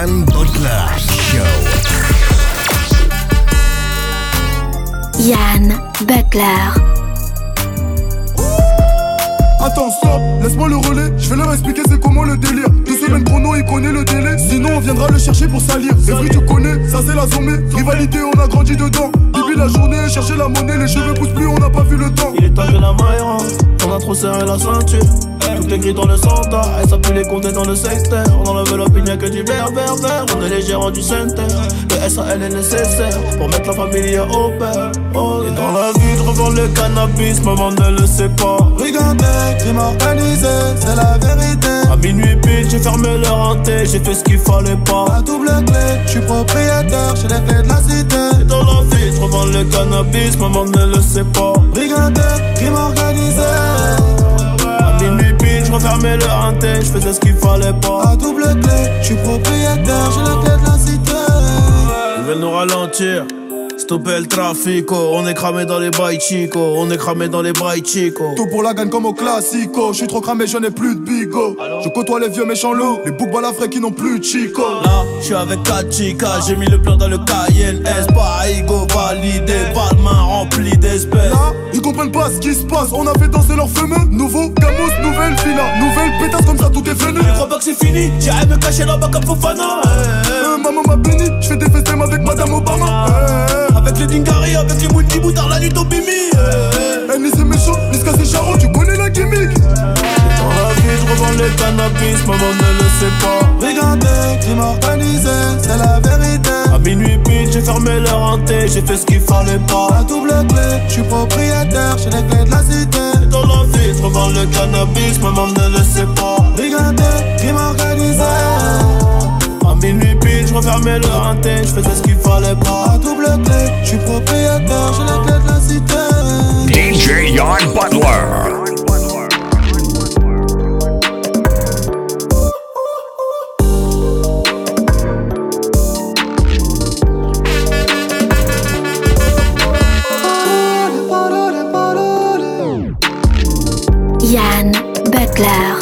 Yann Butler Show. Yann Butler. Attends, stop, laisse-moi le relais. Je vais leur expliquer c'est comment le délire. 2 semaines chrono, il connaît le délai. Sinon, on viendra le chercher pour salir. C'est vrai, tu connais, ça c'est la sommée. Rivalité, on a grandi dedans. Depuis la journée, chercher la monnaie. Les cheveux poussent plus, on n'a pas vu le temps. Il est temps que la maille rentre, on a trop serré la ceinture. Toutes les grilles dans le centre, et ça pue les compter dans le secteur. On enlève l'opinion que du berbère. On est les gérants du centre. Le SAL est nécessaire pour mettre la famille au père. Oh, et dans la vie, je revends le cannabis, maman ne le sait pas. Regardez, crime organisé, c'est la vérité. À minuit pile, j'ai fermé leur hanté, j'ai fait ce qu'il fallait pas. À double clé, je suis propriétaire, j'ai les clés de la cité. Et dans la vie, je revends le cannabis, maman ne le sait pas. Regardez, crime organisé. À minuit pile, je refermais le hanté, je faisais ce qu'il fallait pas. À double clé, je suis propriétaire, j'ai les clés de la cité. Ils veulent nous ralentir, stopper le trafic, on est cramé dans les bails chico, on est cramé dans les bails chico. Tout pour la gagne comme au classico. Je suis trop cramé, je n'ai plus de bigot. Je côtoie les vieux méchants loups, les boucs balafrés qui n'ont plus de chico. Là, je suis avec 4 chicas, j'ai mis le plan dans le Cayenne S. Pas ego validé, pas de main remplie d'espèces. Là, ils comprennent pas ce qui se passe, on a fait danser leurs fameux. Nouveau Gamos, nouvelle villa, nouvelle pétasse comme ça tout est venu. Je crois pas que c'est fini, j'irai me cacher là-bas comme Fofana. Maman m'a béni, je fais des festins avec Madame Obama. Avec les Dingari, avec les multi-boutards, la nuit au bimi. Ni c'est méchant, ni c'est cassé charron, tu connais la gimmick. Dans la vie, je revends le cannabis, maman ne le sait pas. Regardez, crime organisé, c'est la vérité. À minuit pile, j'ai fermé leur hanté, j'ai fait ce qu'il fallait pas. À double clé, je suis propriétaire, j'ai les clés de la cité. Dans la vie, je revends le cannabis, maman ne le sait pas. Regardez, crime organisé. À minuit pile, je refermais le hanté, je faisais ce qu'il fallait pas. À double clé, je suis propriétaire, j'ai les clés de la cité. DJ Yann Butler. Yann Butler.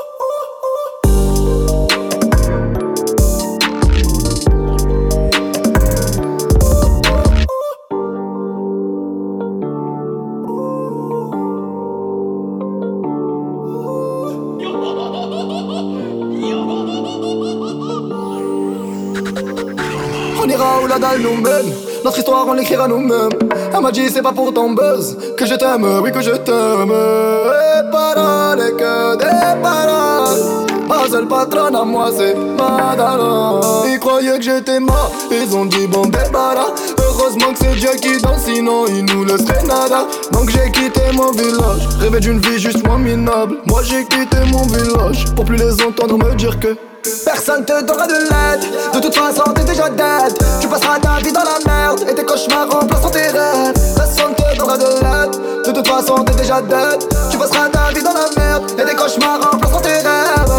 On ira où la dalle nous mène. Notre histoire on l'écrira nous-mêmes. Elle m'a dit c'est pas pour ton buzz que je t'aime, oui que je t'aime. Et paroles et que des paroles. Ma seule patronne à moi c'est Madara. Ils croyaient que j'étais mort, ils ont dit bon débarras. Heureusement que c'est Dieu qui danse, sinon il nous laisserait nada. Donc j'ai quitté mon village, rêvé d'une vie juste moins minable. Moi j'ai quitté mon village, pour plus les entendre me dire que personne te donnera de l'aide. De toute façon t'es déjà dead. Tu passeras ta vie dans la merde et tes cauchemars remplaceront tes rêves. Personne te donnera de l'aide. De toute façon t'es déjà dead. Tu passeras ta vie dans la merde et tes cauchemars remplaceront tes rêves.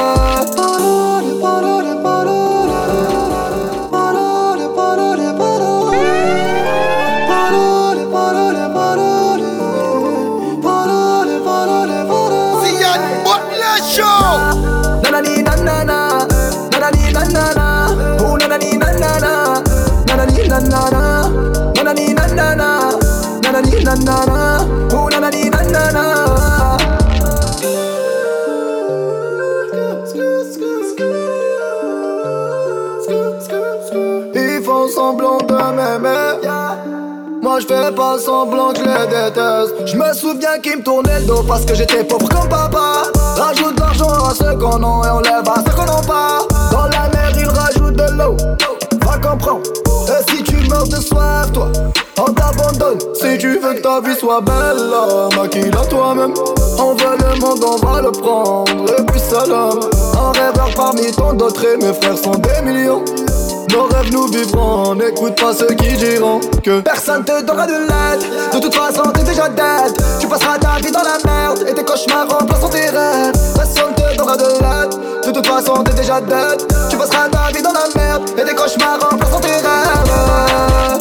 Nanani nanana, nanani nanana, oh nanani nanana, nanani nanana, nanani nanana, nanani nanana, oh nanani nanana. Ils font semblant de m'aimer. Moi je fais pas semblant que je les déteste. Je me souviens qu'ils me tournaient le dos parce que j'étais pauvre comme papa. Rajoute de l'argent à ceux qu'on a et on lève à ceux qu'on n'a pas. Dans la mer ils rajoutent de l'eau, va comprendre. Et si tu meurs de soif toi, on t'abandonne. Si tu veux que ta vie soit belle, maquille-la toi-même. On veut le monde, on va le prendre. Et puis salam. Un rêveur parmi tant d'autres et mes frères sont des millions. Nos rêves nous vivrons, n'écoute pas ceux qui diront que personne te donnera de l'aide. De toute façon t'es déjà dead. Tu passeras ta vie dans la merde et tes cauchemars remplaceront tes rêves. Personne te donnera de l'aide. De toute façon t'es déjà dead. Tu passeras ta vie dans la merde et tes cauchemars remplaceront tes rêves.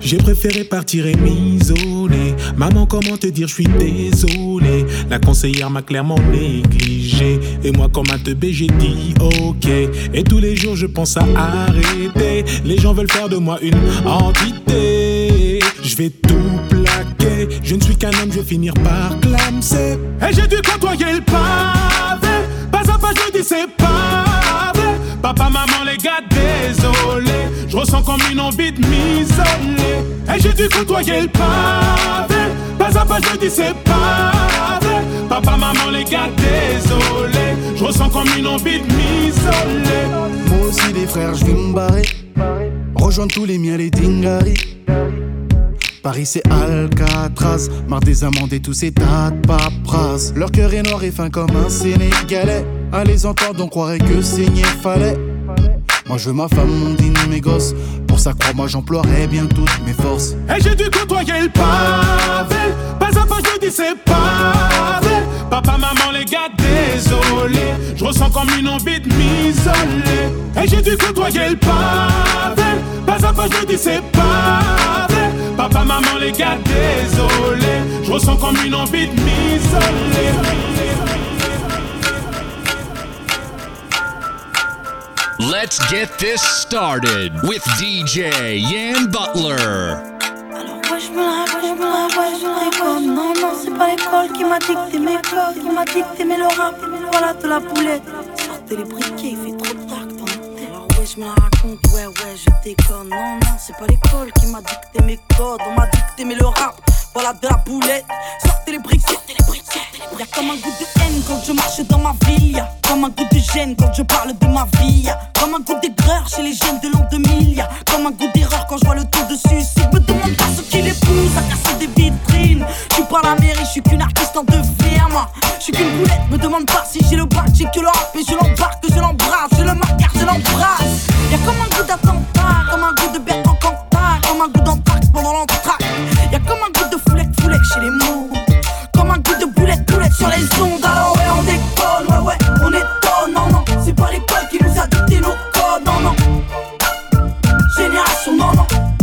J'ai préféré partir et m'isoler. Maman, comment te dire, je suis désolé. La conseillère m'a clairement négligé. Et moi, comme un teubé, j'ai dit ok. Et tous les jours, je pense à arrêter. Les gens veulent faire de moi une entité. Je vais tout plaquer. Je ne suis qu'un homme, je vais finir par clamser. Et j'ai dû côtoyer le pavé. Pas à pas, je dis c'est pas vrai. Papa, maman, les gars, désolé. Je ressens comme une envie de m'isoler. Et j'ai dû côtoyer le pavé. Pas à pas, je dis c'est pas vrai. Papa, maman, les gars, désolé. Je ressens comme une envie de m'isoler. Moi aussi des frères, je vais me barrer. Rejoindre tous les miens, les dingaris. Paris c'est Alcatraz, marre des amendes et tous ces tas de paperasses. Leur cœur est noir et fin comme un Sénégalais. À les entendre on croirait que saigner fallait. Moi je veux ma femme, mon dîner, mes gosses. Pour ça crois-moi j'emploierai bien toutes mes forces. Et j'ai dû côtoyer le pavé. Pas à pas je dis c'est pas vrai. Papa, maman, les gars, désolé. Je ressens comme une envie de m'isoler. Et j'ai dû côtoyer le pavé. Pas à pas je dis c'est pas vrai. Papa, maman, les gars, désolé. Je ressens comme une envie de m'isoler. Let's get this started with DJ Yan Butler. Alors ouais je me la non, c'est pas l'école qui m'a dicté mes codes, qui m'a dicté mes le rap, voilà de la boulette. Sortez les briquets, il fait trop de dark dans mon tête. Alors ouais je me la raconte, ouais je déconne. Non, c'est pas l'école qui m'a dicté mes codes, on m'a dicté mes le rap, voilà de la boulette. Sortez les briquets, y'a comme un goût de haine quand je marche dans ma ville. Y'a comme un goût de gêne quand je parle de ma vie. Y'a comme un goût d'aigreur chez les jeunes de l'an 2000. Y'a comme un goût d'erreur quand je vois le tour de suicide. Me demande pas ce qui les pousse à casser des vitrines. Je suis pas la mairie, je suis qu'une artiste en devenir. Moi, je suis qu'une boulette, me demande pas si j'ai le bac. J'ai que le rap et je l'embarque, je l'embrasse. J'ai le marqueur, je l'embrasse. Y'a comme un goût d'attentat, comme un goût de Bertrand Cantat, comme un goût d'anthrax pendant l'entraque. Y'a comme un goût de foulec chez les mots. Comme un goût de boulette sur les ondes. Alors ouais on déconne, ouais on étonne. Non, c'est pas l'école qui nous a dicté nos codes. Non, génération non.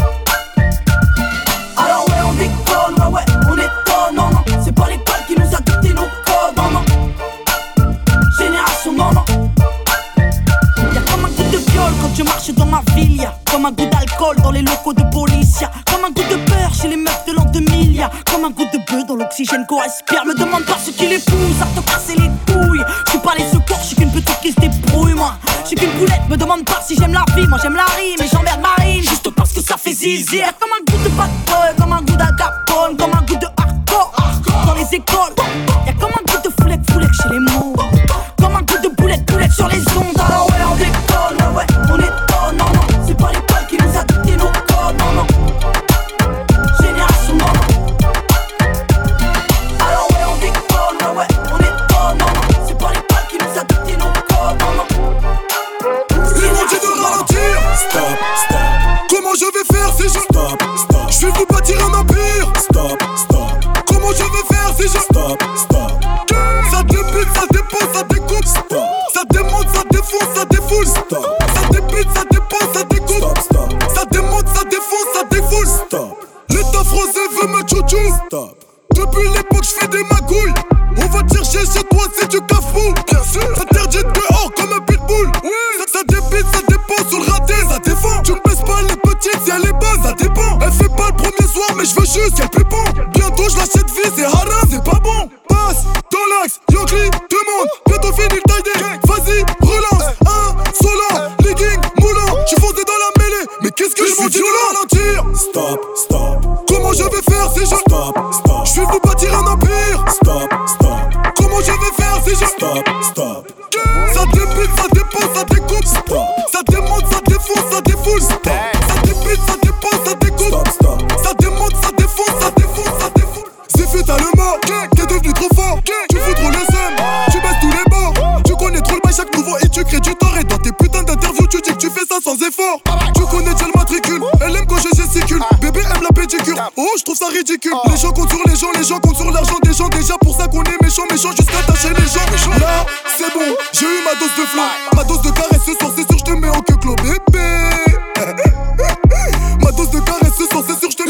Alors ouais on déconne, ouais on étonne. Non, c'est pas l'école qui nous a dicté nos codes. Non, génération non. Y'a comme un goût de viol quand je marche dans ma ville. Y'a comme un goût d'alcool dans les locaux de police. Y'a comme un goût de peur chez les meufs de l'an 2000. Y'a comme un goût de bœuf dans l'oxygène qu'on respire. Me demande pas ce qui les pousse à te casser les couilles. Je suis pas les secours, je suis qu'une petite qui se débrouille. Moi, je suis qu'une boulette, me demande pas si j'aime la vie. Moi j'aime la rime et j'emmerde Marine juste parce que ça fait zizi. Y'a comme un goût de bad boy, comme un goût d'Al Capone, comme un goût de hardcore dans les écoles. Y'a comme un goût de foulec chez les mots. Comme un goût de boulette sur les ondes. Alors ouais on déconne, ouais on étonne. Non, c'est pas l'école qui nous a dicté nos codes. Non, génération non. Alors ouais on déconne, ouais on étonne. Non, c'est pas l'école qui nous a dicté nos codes. Non. Ils m'ont dit de ralentir. Stop. Comment je vais faire si je stop. Je vais vous bâtir un empire. Stop. Comment je vais faire si je stop. Ça débute, ça dépose, ça découpe. Stop. Ça démonte, ça défonce, ça défoule. Stop. Ça débute, ça dépose, ça découpe. Stop. Ça démonte, ça défonce, ça défoule. Stop. L'état français veut me tchou-tchou. Stop. Depuis l'époque, je fais des magouilles. On va te chercher chez toi, c'est du cafou. Bien sûr. Interdit dehors comme un pitbull. Oui. Ça débite, ça dépose sur le raté. Ça défend. Tu ne baisses pas les petites si elle est bonne, ça dépend. Elle fait pas le premier soir, mais je veux juste qu'elle pépon. Bientôt, je l'achète vie, c'est haram, c'est pas bon. Passe dans l'axe, Yankee, demande. Bientôt fini le tie-day. Vas-y, relance. Insolent, legging, moulant. J'suis foncé dans la mêlée. Mais qu'est-ce que je suis dit de ralentir. Stop. Comment je vais faire si je stop. Je vais vous bâtir un empire. Stop. Comment je vais faire si je stop. Ça débute, ça dépose, ça découpe. Stop. Ça démonte, ça défonce, ça défoule. Stop. Ça débute, ça dépose, ça découpe. Stop. Ça démonte, ça défonce, ça défonce, ça défoule. C'est fait t'as le mort, t'es devenu trop fort. Tu fous trop le seum, tu baisses tous les bords. Tu connais trop le bail, chaque nouveau hit tu crées du tort. Et dans tes putains d'interviews tu dis que tu fais ça sans effort. Tu connais déjà le matricule, elle aime quand je gesticule. Bébé aime la pédicure, oh je trouve ça ridicule. Les gens comptent sur les gens comptent sur l'argent des gens. Déjà pour ça qu'on est méchant jusqu'à tâcher les gens. Là c'est bon, j'ai eu ma dose de flow. Ma dose de caresse ce soir c'est sûr je te mets en queue clos bébé. Ma dose de caresse ce soir c'est sûr je te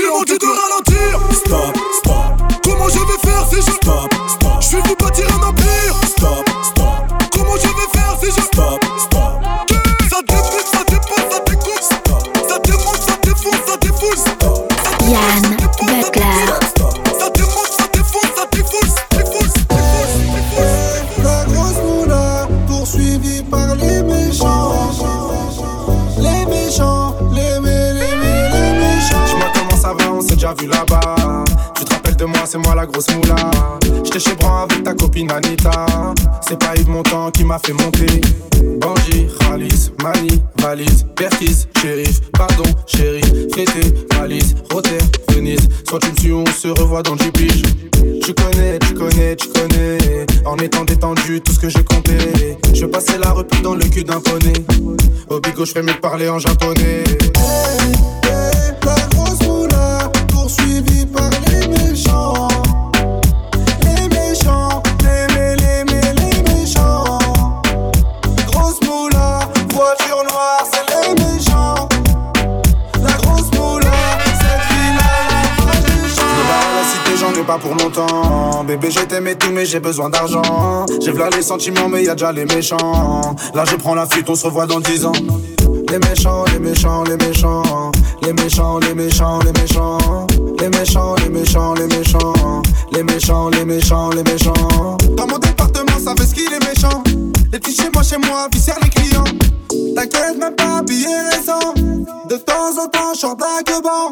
grosse moula. J'étais chez Bran avec ta copine Anita. C'est pas Yves Montand qui m'a fait monter. Bandit, Khalis, Mani, valise, Perquise, shérif, pardon, chéri, fêté, valise, Rotter, Venise. Soit tu me suis, on se revoit dans 10 piges. Tu connais, en étant détendu, tout ce que j'ai compté. Je passais la repu dans le cul d'un poney. Au bigo, je fais mieux de parler en japonais. La grosse moula, poursuivie par les méchants. Les méchants, les méchants. Grosse moula, voiture noire, c'est les méchants. La grosse moula, cette ville-là, la des champs. Je me barre à la cité, j'en ai pas pour longtemps. Bébé, je t'aimais tout, mais j'ai besoin d'argent. J'ai v'là les sentiments, mais y'a déjà les méchants. Là, je prends la fuite, on se revoit dans 10 ans. Les méchants, les méchants, les méchants. Les méchants, les méchants, les méchants. Les méchants, les méchants, les méchants. Les méchants, les méchants, les méchants. Dans mon département, ça veut ce qu'il est méchant. Les petits chez moi, viscèrent les clients. T'inquiète, même pas habillé récent. De temps en temps, j'sors d'Agban.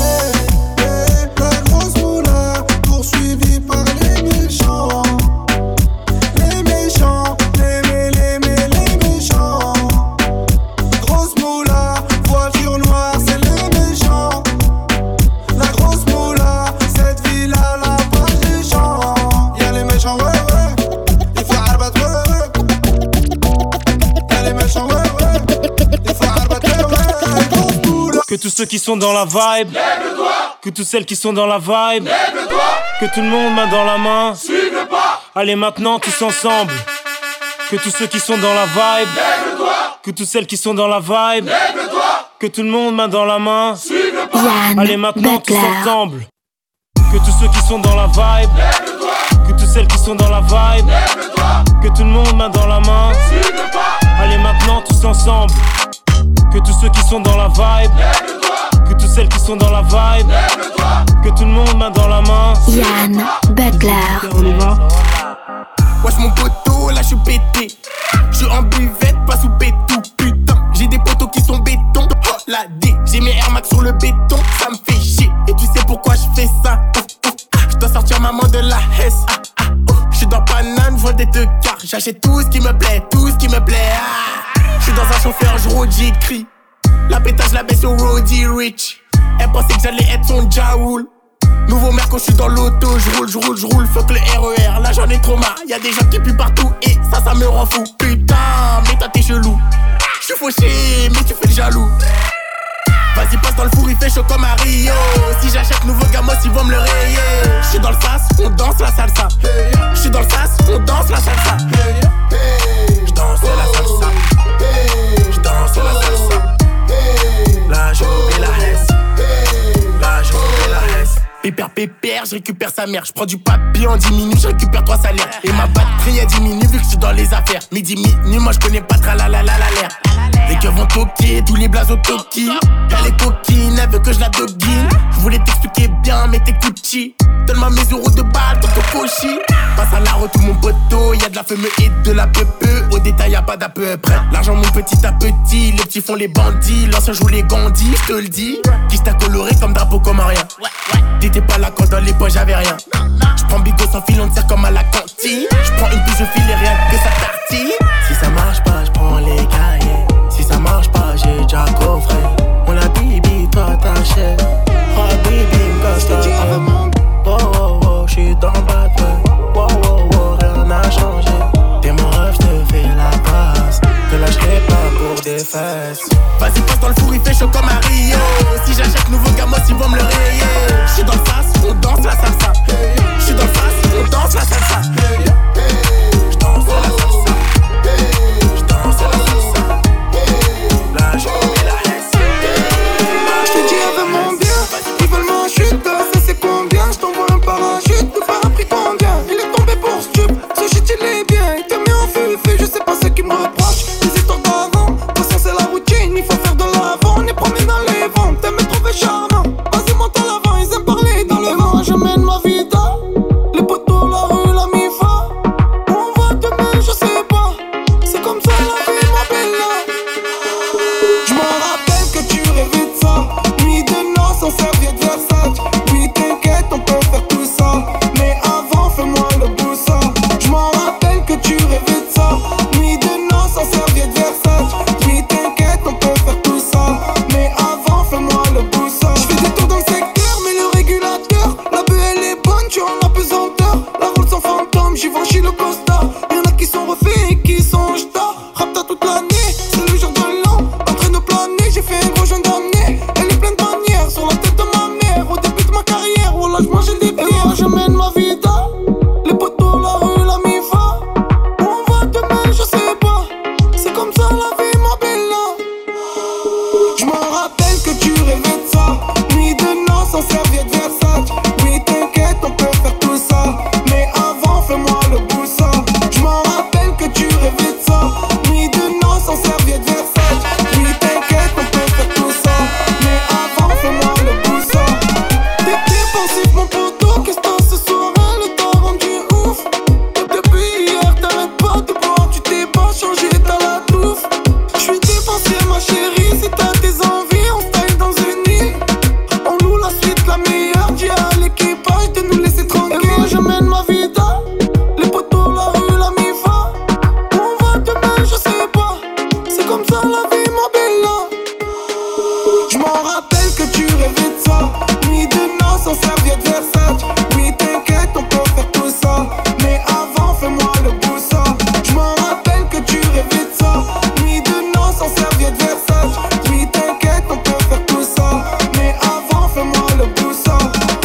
La grosse moula, poursuivie par les méchants. Les méchants, les méchants. Grosse moula, voiture noire, c'est les méchants. La grosse moula, cette ville-là, la page des champs. Y'a les méchants, ouais. Il faut arbattre, ouais. Y'a les méchants, ouais. Il faut arbattre, ouais. Que tous ceux qui sont dans la vibe, lève-le-toi. Que toutes celles qui sont dans la vibe, lève-le-toi. Que tout le monde main dans la main, suive le pas. Allez maintenant tous ensemble. Que tous ceux qui sont dans la vibe, lève-le-toi. Que toutes celles qui sont dans la vibe, lève-le-toi. Que tout le monde main dans la main, suive le pas. Yann Allez maintenant tous Butler. ensemble. Que tous ceux qui sont dans la vibe, lève-le-toi. Que toutes celles qui sont dans la vibe, lève-le-toi. Que tout le monde main dans la main, suive le pas. Allez maintenant tous ensemble. Que tous ceux qui sont dans la vibe, lève-le-toi. Que toutes celles qui sont dans la vibe, lève-le-toi. Que tout le monde main dans la main. Yann Butler. On y va. Wesh mon poteau, là j'suis pété. J'suis en buvette, pas sous béton. Putain, j'ai des poteaux qui sont béton. Oh la D, j'ai mes Air Max sur le béton. Ça me fait chier, et tu sais pourquoi j'fais ça. J'dois sortir maman de la Hesse. J'suis dans Paname, j'vends des deux quarts. J'achète tout ce qui me plaît, tout ce qui me plaît. J'suis dans un chauffeur, j'rôde, j'écris. La pétage, la baisse au Roddy Rich. Elle pensait que j'allais être son Jaoul. Nouveau maire quand j'suis dans l'auto, j'roule, fuck le RER, là j'en ai trop marre. Y'a des gens qui puent partout et ça me rend fou. Putain, mais toi t'es chelou. J'suis fauché, mais tu fais le jaloux. Vas-y passe dans le four, il fait chaud comme à Rio. Si j'achète nouveau gamos, ils vont me le rayer. J'suis dans le sas, on danse la salsa. J'suis dans le sas, on danse la salsa. J'danse la salsa. J'danse la salsa. Là je mets la Hesse. Là je mets la Hesse. Pépère, je récupère sa mère. Je prends du papier en 10 minutes, je récupère 3 salaires. Et ma batterie a diminue vu que je suis dans les affaires. Midi, moi je connais pas l'air. Les keufs vont toquer, tous les blazes au toki. Elle est coquine, elle veut que je la doguine. Je voulais t'expliquer bien, mais t'écoutes chi. Donne-moi mes euros de balle, ton cochi. Passe à la route tout mon poteau, y'a de la fumée et de la peupeux. Au détail y'a pas d'à peu près. L'argent mon petit à petit, les petits font les bandits. L'ancien joue les gandis, je te le dis. Qui t'a coloré comme drapeau comme rien. T'étais pas là quand dans les poches j'avais rien. J'prends bigot sans fil, on te sert comme à la cantine. J'prends une touche, je file et rien que ça tartine. Si ça marche pas, j'prends les cahiers. Si ça marche pas, j'ai déjà coffré. On la bibi, toi t'achètes. Oh baby, casse la tête. Oh oh oh, j'suis dans le bad boy. Oh oh oh, rien n'a changé. T'es mon rêve, j'te fais la passe. Te lâcherai pas pour des fesses. Vas-y passe dans le four, il fait chaud comme à Rio. Si j'achète nouveau gamos, ils vont me le rayer. J'suis dans le sas, on danse la salsa. J'suis dans le sas, on danse la salsa. J'danse la salsa. J'danse la salsa. Là je mets la Hesse. que tu rêvais de ça. Nuit de noces en serviette Versace. Oui t'inquiète on peut faire tout ça, mais avant fais-moi le boussa. Je m'en rappelle que tu rêvais de ça. Nuit de noces en serviette Versace. Oui t'inquiète on peut faire tout ça, mais avant fais-moi le boussa.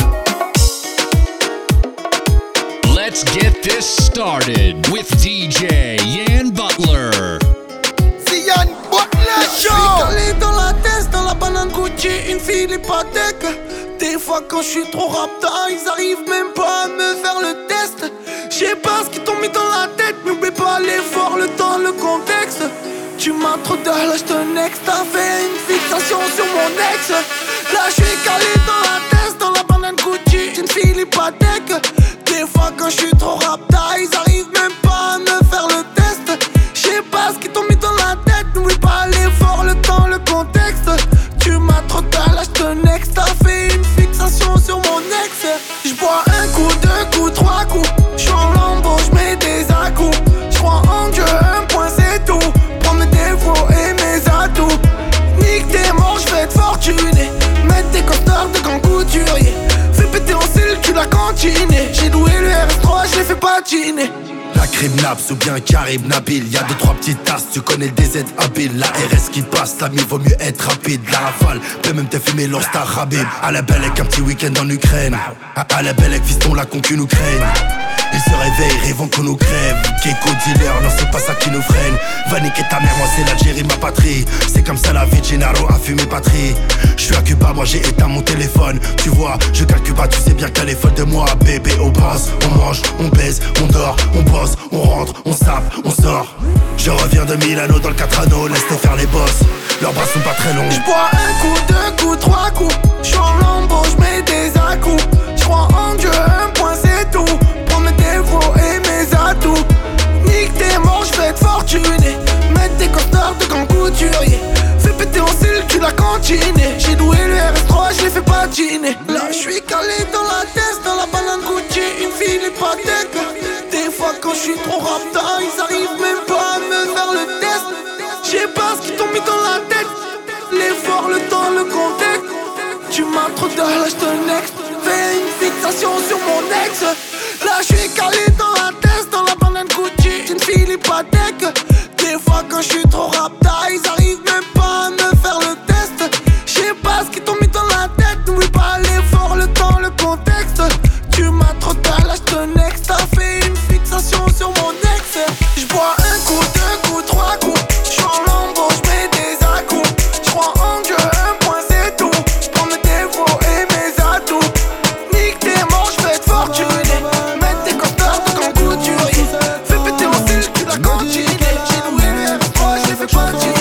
Let's get this started with DJ Yan Butler. C'est Yan Butler Show. Je suis calé dans la tête, dans la banane Gucci, une fille hypothèque. Des fois quand je suis trop rapta, ils arrivent même pas à me faire le test. J'sais pas ce qu'ils t'ont mis dans la tête, n'oublie pas l'effort, le temps, le contexte. Tu m'as trop d'âge, je te next. T'as fait une fixation sur mon ex. Là je suis calé dans la tête, dans la banane Gucci, une fille hypothèque. Des fois quand je suis trop rapta, ils arrivent même pas à me faire le test. J'sais pas ce qu'ils t'ont mis dans la tête, n'oublie pas l'effort, le temps, le contexte. Tu m'as trop d'âge, je te next. T'as fait une fixation sur mon ex. J'bois un coup, deux coups, trois coups. J'suis en lambeau, j'mets des à-coups. J'crois en Dieu, un point c'est tout. Prends mes défauts et mes atouts. Nique tes morts, j'vais être fortuné. Mettre des costeurs de grands couturiers. Fais péter en cil, tu l'as cantiné. J'ai loué le RS3, j'l'ai fait patiner. La crime Naps ou bien Karim Nabil. Y'a 2-3 petites tasses, tu connais le DZ habile. La RS qui passe, l'ami vaut mieux être rapide. La rafale peut même te fumer l'Orstar Rabib. À la belle avec un petit week-end en Ukraine. À la belle avec fiston la concu nous craigne. Ils se réveillent, rêvant qu'on nous crève. Keiko dealer, non c'est pas ça qui nous freine. Va niquer ta mère, moi c'est l'Algérie ma patrie. C'est comme ça la vie, Gennaro a fumé patrie. J'suis à Cuba, moi j'ai éteint mon téléphone. Tu vois, je calcule pas, tu sais bien qu'elle est folle de moi. Bébé au boss, on mange, on baise, on dort, on bosse, on rentre, on sape, on sort. Je reviens de Milano dans le 4 anneaux, laisse-les faire les boss. Leurs bras sont pas très longs. J'bois un coup, deux coups, trois coups. J'suis en lambeau, j'mets des à-coups. J'crois en Dieu, un point c'est tout. Prends mes défauts et mes atouts. Nique tes morts, j'vais être fortuné. Mettre des costeurs de grands couturiers. Fais péter en cil, tu l'as cantiné. J'ai loué le RS3, j'l'ai fait patiner. Là j'suis calé dans la tête, dans la banane Gucci, une fille hypothèque. Des fois quand j'suis trop rapta, ils arrivent même pas à me faire le test. J'sais pas ce qu'ils t'ont mis dans la tête. L'effort, le temps, le contexte. Tu m'as trop d'âge, je te next. Fais une fixation sur mon ex. Là j'suis calé dans la tête, dans la banane Gucci, une fille hypothèque. Des fois quand j'suis trop rapta, ils arrivent même pas à me faire le test. J'sais pas ce qu'ils t'ont mis dans la tête, n'oublie pas l'effort, le temps, le contexte. Tu m'as trop d'âge, je te next. T'as fait une fixation sur mon ex. J'bois un coup, deux coups, trois coups. J'suis en lambeau, j'mets des à-coups. J'crois en Dieu, un point c'est tout. Prends mes défauts et mes atouts. Nique tes morts, j'vais être fortuné. Mettre des costeurs de grands couturiers. Fais péter mon style, tu l'as cantiné. J'ai loué le RS3, j'l'ai fait patiner.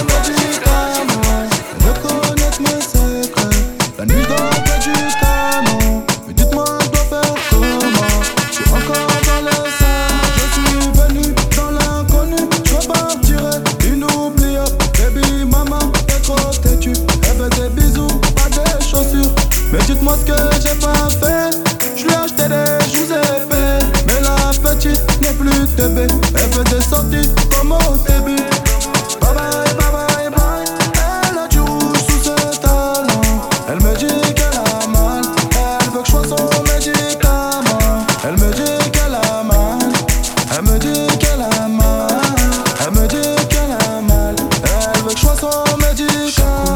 Reconnaître mes secrets. La nuit je dors pas jusqu'à non. Mais dites-moi je dois faire comment. Je suis encore dans le sang. Je suis venu dans l'inconnu. Je veux partir inoubliable. Baby maman t'es trop têtu. Elle veut des bisous, pas des chaussures. Mais dites-moi ce que j'ai pas fait. Je lui ai acheté des joues épais. Mais la petite n'est plus bébé. Elle veut des sorties comme au début. Bye bye bye bye bye. Elle a du rouge sous ses talons. Elle me dit qu'elle a mal. Elle veut que je sois son médicament. Elle me dit qu'elle a mal. Elle me dit qu'elle a mal. Elle me dit qu'elle a mal. Elle veut que je sois son médicament.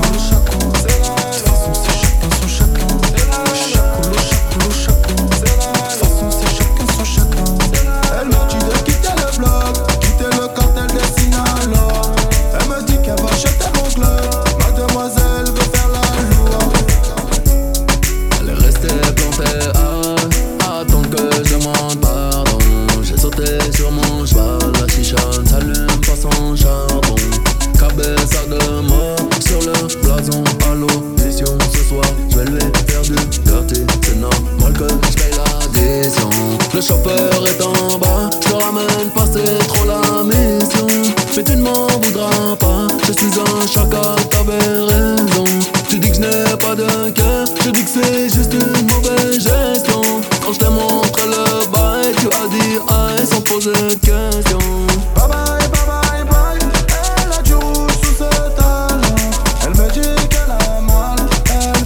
Elle me dit de quitter le bloc, quitter le cartel des Sinaloa. Elle me dit qu'elle va acheter mon club. Mademoiselle veut faire la loi. Elle est restée plantée à attendre que je demande pardon. J'ai sauté sur mon cheval, la chicha ne s'allume pas sans charbon. Cabeza de mort sur le blason. À l'audition ce soir, je vais lui faire du dirty. C'est normal que je paye l'addition. Le chauffeur est en bas, je te ramène pas, c'est trop la mission. Mais tu ne m'en voudras pas, je suis un chacal, t'avais raison. Tu dis que je n'ai pas de cœur, je dis que c'est juste une mauvaise gestion. Quand je t'ai montré le bail, tu as dit aïe sans poser de questions. Bye bye bye bye bye. Elle a du rouge sous ses talons. Elle me dit qu'elle a mal. Elle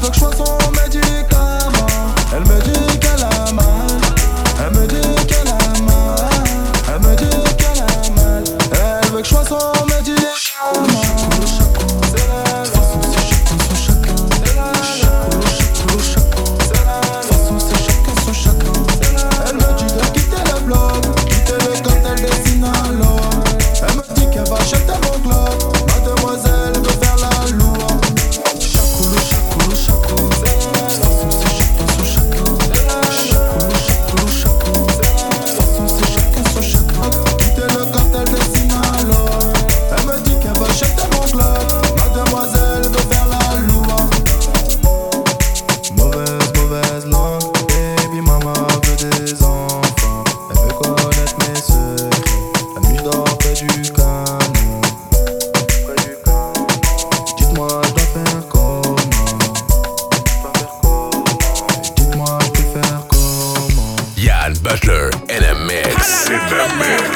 the mix.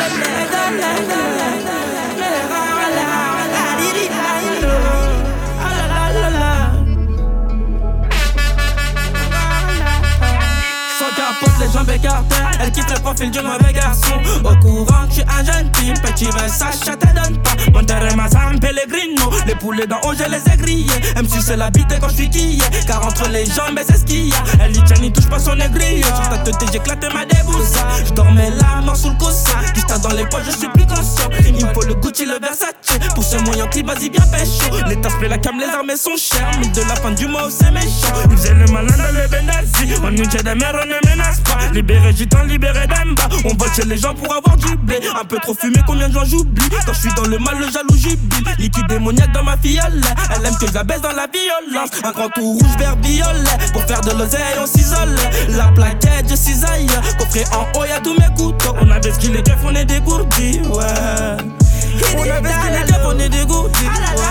Les jambes écartées, elle kiffe le profil du mauvais garçon. Au courant que je suis un jeune type, petit Versace, ça te donne pas. Mon terrain, ma San Pellegrino. Les poulets d'en haut, je les ai grillés. Même si c'est la bite quand je suis quillé. Car entre les jambes, c'est ce qu'il y a. Elle dit, Gianni, touche pas son aiguille. Sur ta tête, j'ai éclaté ma débousse. Je dormais la mort sous le coussin. Juste dans les poches, je suis plus conscient. Il me faut le Gucci, le Versace. Pour ce moyen clip, vas-y, bien pécho. Les tasses, la cam, les armes sont chères. Mais de la fin du mois, c'est méchant. Ils faisaient le malin dans les Benazzi. On nous jette des mères, on ne menace pas. Libéré gitan, libéré d'Emba. On vole chez les gens pour avoir du blé. Un peu trop fumé, combien de gens j'oublie. Quand je suis dans le mal, le jaloux jubile. Liquide démoniaque dans ma fiole. Elle aime que je la baisse dans la violence. Un grand tout rouge, vert, violet. Pour faire de l'oseille, on s'isole. La plaquette, je cisaille. Coffret en haut, y'a tous mes couteaux. On avait ce qu'il est keufs, on est dégourdis. Ouais. On avait ce qu'il est keufs, on est dégourdis.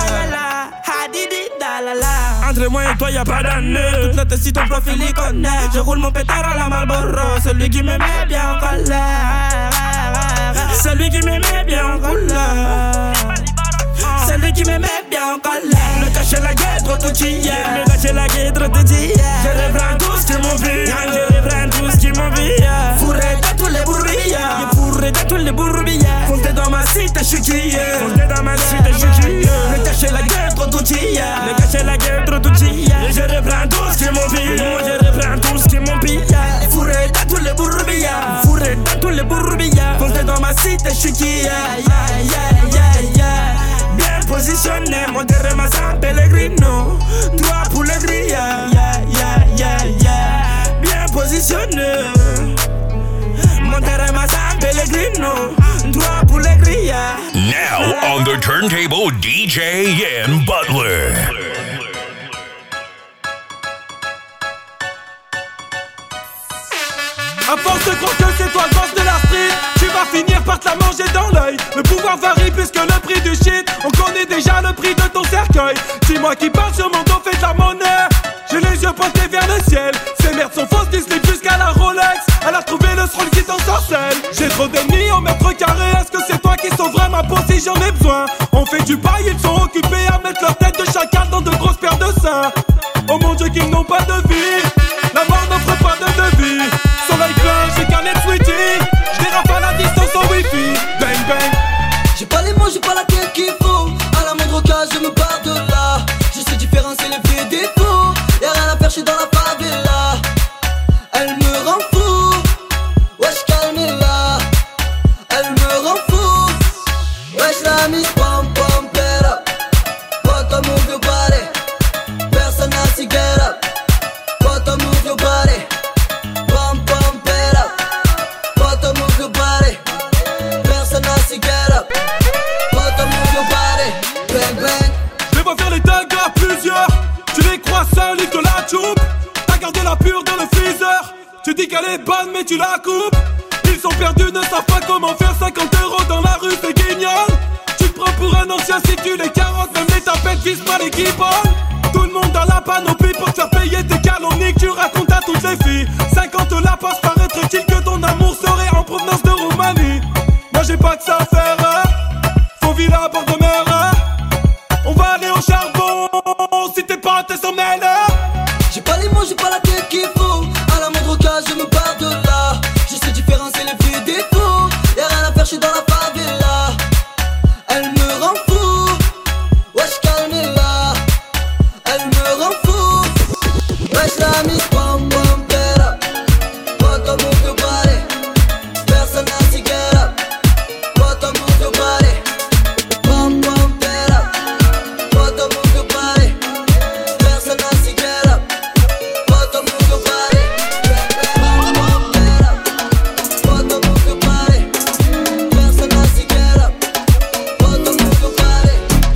Entre moi et toi y'a pas d'année. Toute la tête si ton profil y connaît. Je roule mon pétard à la Marlboro. Celui qui me met bien en colère. Celui qui me met bien en colère. Celui qui me met bien en colère. Le cacher la gueule, trop tout hier. Le cacher la gueule, trop tout hier. Je reprends tout ce qui m'envie. Je reprends tout ce qui m'envie. Fourré dans tous les bourbillards. Fourré dans tous les bourbillards. Comptez dans ma cité, je suis crié. Comptez dans ma cité, je suis crié. Le cacher la gueule, trop tout hier. Le cacher la gueule, trop tout hier. Je reprends tout ce qui m'envie. Je reprends tout ce qui m'envie. Fourré dans tous les bourbillards. Fourré dans tous les bourbillards. Comptez dans ma cité, je suis crié. Bien positionné, mon terrain, ma San Pellegrino. Trois pour les grilles, bien positionné. Mon terrain, ma San Pellegrino. Trois pour les grilles. Now on the turntable, DJ Yan Butler. À force de croire que c'est toi le boss de la street, tu vas finir par te la manger dans l'œil. Le pouvoir varie plus que le prix du shit. On connaît déjà le prix de ton cercueil. Dis-moi qui parle sur mon dos fait de la monnaie. J'ai les yeux pointés vers le ciel. Ces merdes sont fausses, du slip jusqu'à la Rolex. Elle a trouvé le sroll qui t'ensorcelle. J'ai trop d'ennemis au mètre carré. Est-ce que c'est toi qui sauverais ma peau si j'en ai besoin? On fait du bail, ils sont occupés à mettre leur tête de chacal dans de grosses paires de seins. Oh mon Dieu qu'ils n'ont pas de vie. La mort n'offre pas de devis. Soleil plein, j'ai qu'un net sweetie. J'dérape à la distance en wifi. Bang bang. J'ai pas les mots, j'ai pas la tête qu'il faut. À la moindre occasion, je me barre de là. Je sais différencier les vieux défauts. Y'a rien à faire, j'suis dans la favela. Elle me rend fou. Wesh, calme-la. Elle me rend fou. Wesh, la mise, pom pom, get up. Bottom move your body. Personne n'a si get up. Bottom move your body. Pom pom, get up. Bottom move your body. Personne n'a si get up. Bottom move your body. Bang bang. Je les vois faire les dingues à plusieurs. Tu les crois seuls, ils te la choupent. T'as gardé la pure dans le freezer. Tu dis qu'elle est bonne mais tu la coupes. Ils sont perdus, ne savent pas comment faire 50 € dans la rue, c'est guignol. Tu te prends pour un ancien si tu les carottes. Même les tapettes visent pas les guibolles. Tout le monde dans la panoplie pour te faire payer tes calomnies que tu racontes à toutes les filles. 50 la poste, paraîtrait-il que ton amour serait en provenance de Roumanie. Moi j'ai pas que ça à faire, faut villa à bord de mer. On va aller au charbon, si t'es pas t'es sans mêle. J'ai pas les mots, j'ai pas la tête qu'il faut. À la moindre occasion, je me barre de là. Je sais différencier les vieux défauts. Y'a rien à faire, j'suis dans la favela. Elle me rend fou. Wesh, calme-la. Elle me rend fou. Wesh, la mise, pom pom, get up. Bottom move your body. Personne n'a si get up. Bottom move your body. Pom pom, get up. Bottom move your body. Personne n'a si get up. Bottom move your body. Pom pom, get up. Bottom move your body. Personne n'a si get up. Bottom move your body.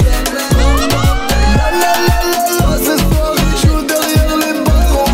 Ce soir, je joue derrière les barreaux.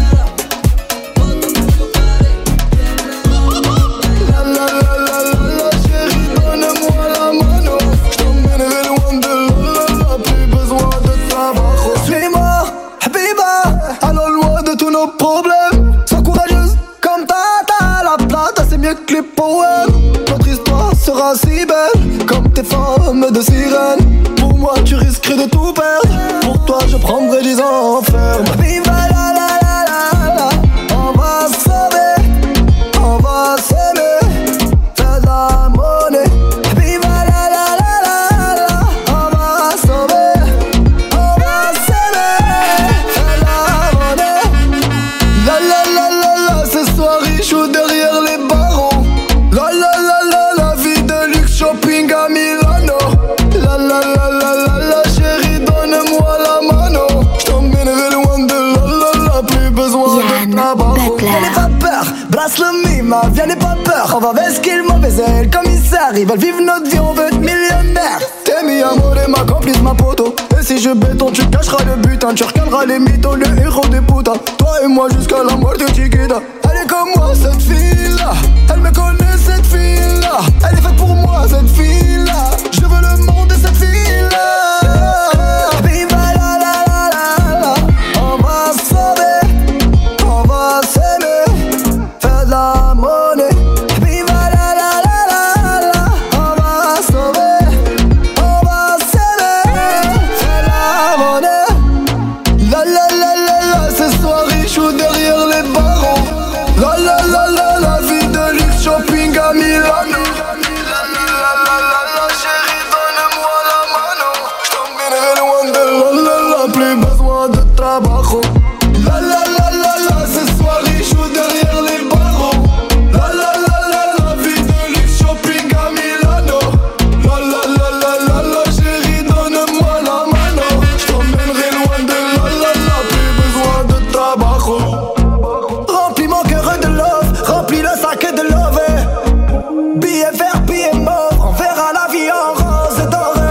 La chérie, donne-moi la mano. J't'emmènerai loin de là, plus besoin de tabac. Suis-moi, Habiba, allons loin de tous nos problèmes. Sois courageuse comme Tata, la plata c'est mieux que clip poème. Notre histoire sera si belle, comme tes formes de sirène. Pour moi tu risquerais de tout perdre, pour toi je prendrai 10 ans ferme. Viva la la la la la, on va se sauver, on va s'aimer, faire de la monnaie. Viva la la la la la, on va se sauver, on va s'aimer, faire de la monnaie. La la la la la, ce soir riche ou derrière les barreaux. La la la la, la vie de luxe shopping à Milano. La la la la la la, chérie donne-moi la mano. J't'emmènerai loin de la la la, plus besoin de tabac. Viens n'aie pas peur, brasse le mima, viens n'aie pas peur. On va vesquiller le mauvais aile, commissaire. Ils veulent vivre notre vie, on veut être millionnaire. T'es mi amour et ma complice, ma poteau. Et si je béton, tu cacheras le butin. Tu recaleras les mythos, le héros des putains. Toi et moi jusqu'à la mort de Chiquita. Elle est comme moi, cette fille-là. Elle me connaît, cette fille-là. Elle est faite pour moi, cette fille-là. Je veux le monde de cette fille-là. Viva la la la la la, on va se sauver, on va s'aimer, faire de la monnaie. Viva la la la la la, on va se sauver, on va s'aimer, faire de la monnaie. La la la la la, ce soir riche ou derrière les barreaux. La la la la, la vie de luxe shopping à Milano. Plus besoin de trabajo. La la la la la, ce soir riche ou derrière les barreaux. La la la la, la vie de luxe shopping à Milano. La la la la la la, chérie donne-moi la mano. J't'emmènerai loin de la la la, plus besoin de trabajo. Remplis mon cœur de love, remplis le sac de love. Billet vert, billet mauve, on verra la vie en rose et doré.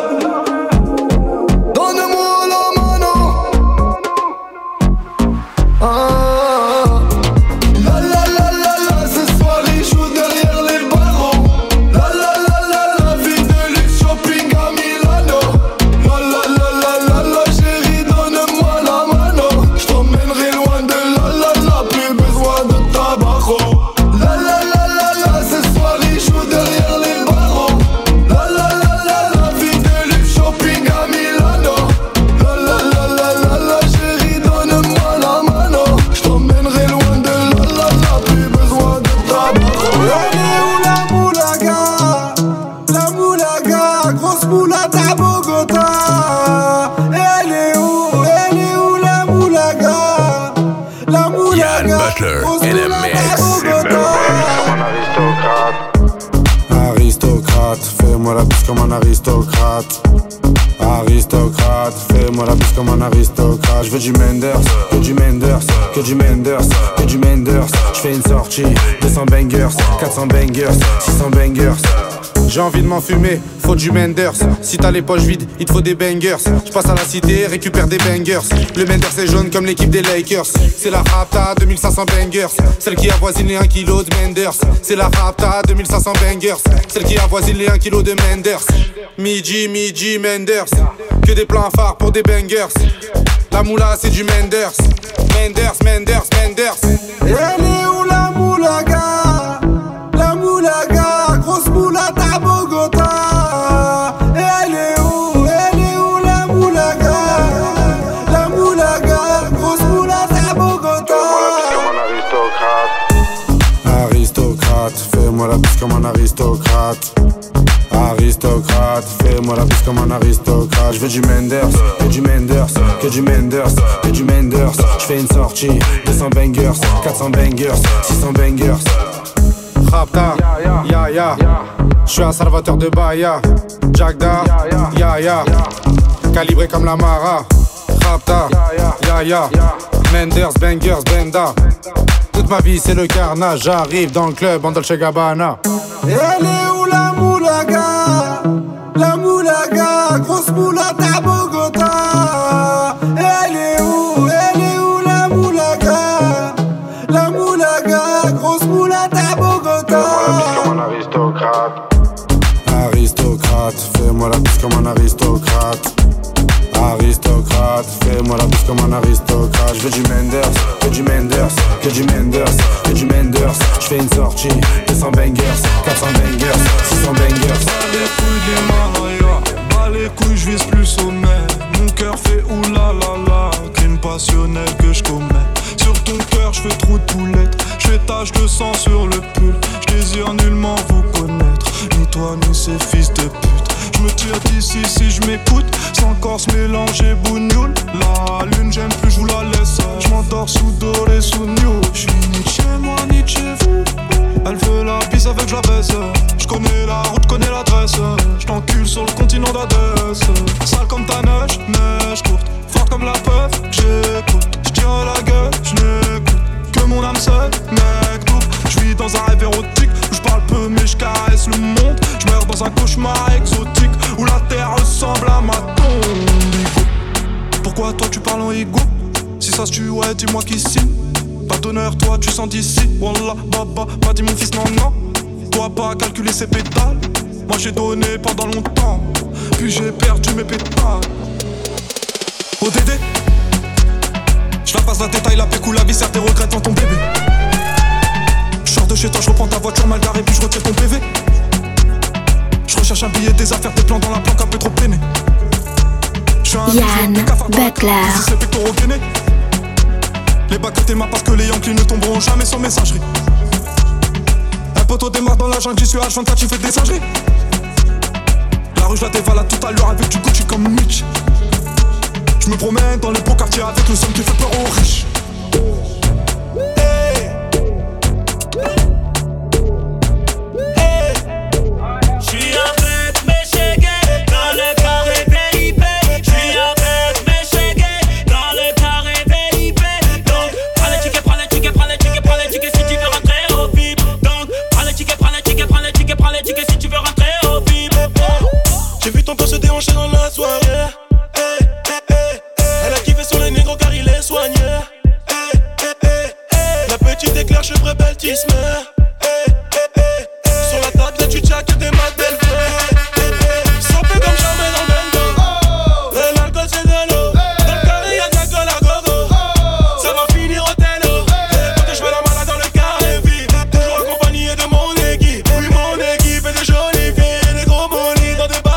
Fais-moi la bise comme un aristocrate. Aristocrate, fais-moi la bise comme un aristocrate. Je veux du Menders, que du Menders, que du Menders, que du Menders. Je fais une sortie, 200 bangers, 400 bangers, 600 bangers. J'ai envie de m'enfumer, faut du Menders. Si t'as les poches vides, il te faut des bangers. Je passe à la cité, récupère des bangers. Le Menders est jaune comme l'équipe des Lakers. C'est la Rapta, 2500 bangers. Celle qui avoisine les 1 kg de Menders. C'est la Rapta, 2500 bangers. Celle qui avoisine les 1 kg de Menders. Midi, midi, Menders. Que des plans phares pour des bangers. La moula c'est du Menders. Menders, Menders, Menders. Elle est où la moulaga? La moulaga, grosse moulata à Bogota. Elle est où la moulaga? La moulaga, grosse moulata à Bogota. Aristocrate, fais-moi la bise comme un aristocrate. Aristocrate, fais-moi la bise comme un aristocrate. Je veux du Menders, que du Menders, que du Menders, que du Menders. Je fais une sortie, 200 bangers, 400 bangers, 600 bangers. Rapta, ya ya, je suis un salvateur de Bahia. Jagda, ya ya, calibré comme la Mara. Rapta, ya ya, Menders, bangers, benda. Toute ma vie c'est le carnage, j'arrive dans le club en Dolce Gabbana. Elle est où la moulaga? La moulaga, grosse moulata à Bogota. Elle est où la moulaga? La moulaga, grosse moulata à Bogota. Fais-moi la bise comme un aristocrate. Aristocrate, fais-moi la bise comme un aristocrate. Aristocrate, fais-moi la bise comme un aristocrate. Je je veux du Menders, que du Menders, que du Menders, que du Menders. Je fais une sortie, 200 bangers, 400 bangers, 600 bangers. Bas les couilles de l'Himalaya, bas les couilles, je vise plus sommet. Mon cœur fait oulala, crime passionnel que je commets. Sur ton cœur, je fais trop de poulettes, je fais tache de sang sur le pull. Je désire nullement vous connaître, ni toi ni ces fils de pute. Je me tire d'ici si je m'écoute, sans corse mélanger bougnoule. La lune j'aime plus, je vous la laisse. Je m'endors sous doré, sous new. Je suis ni chez moi ni chez vous. Elle veut la bise avec je la baisse. Je connais la route, connais l'adresse. Je t'encule sur le continent d'Adès. Sale comme ta neige, neige courte. Forte comme la peur, j'écoute. Je tire la gueule, je n'écoute que mon âme seule, mec double. Je vis dans un rêve érotique où je parle peu mais je caresse le monde. Je meurs dans un cauchemar exotique où la terre ressemble à ma tombe. Pourquoi toi tu parles en ego? Si ça se tue, ouais, dis-moi qui signe. Pas d'honneur, toi tu sens d'ici. Wallah, baba, pas dit mon fils, non, non. Toi pas calculer ses pétales. Moi j'ai donné pendant longtemps, puis j'ai perdu mes pétales. ODD, je la passe la détail, la pécou, la viscère, tes regrets dans ton bébé. Je sors de chez toi, je reprends ta voiture mal garée, puis je retire ton PV. Je recherche un billet, des affaires, des plans dans la planque, un peu trop peiné. Yann Butler. C'est pectoraux gainés. Les bacs que t'es marre parce que les Yankees ne tomberont jamais sans messagerie. Un poteau démarre dans la jungle, j'y suis H24, tu fais des singeries. La rue je la dévalade tout à l'heure avec du Gucci comme Mitch. Je me promène dans les beaux quartiers avec le son qui fait peur aux riches. Dans la soirée, elle a kiffé sur les négros car il est soigné. La petite éclair, chevre belle tisme. Sur la table, là tu tchak et des maths d'elle fait. Sans peu comme jamais dans le bendo. L'alcool c'est de l'eau. Dans le carré y'a de la gueule à gogo. Ça va finir au télo. Quand je fais la malade dans le carré vide. Toujours accompagné de mon équipe. Oui mon équipe et des jolies filles et des gros molis dans des bars.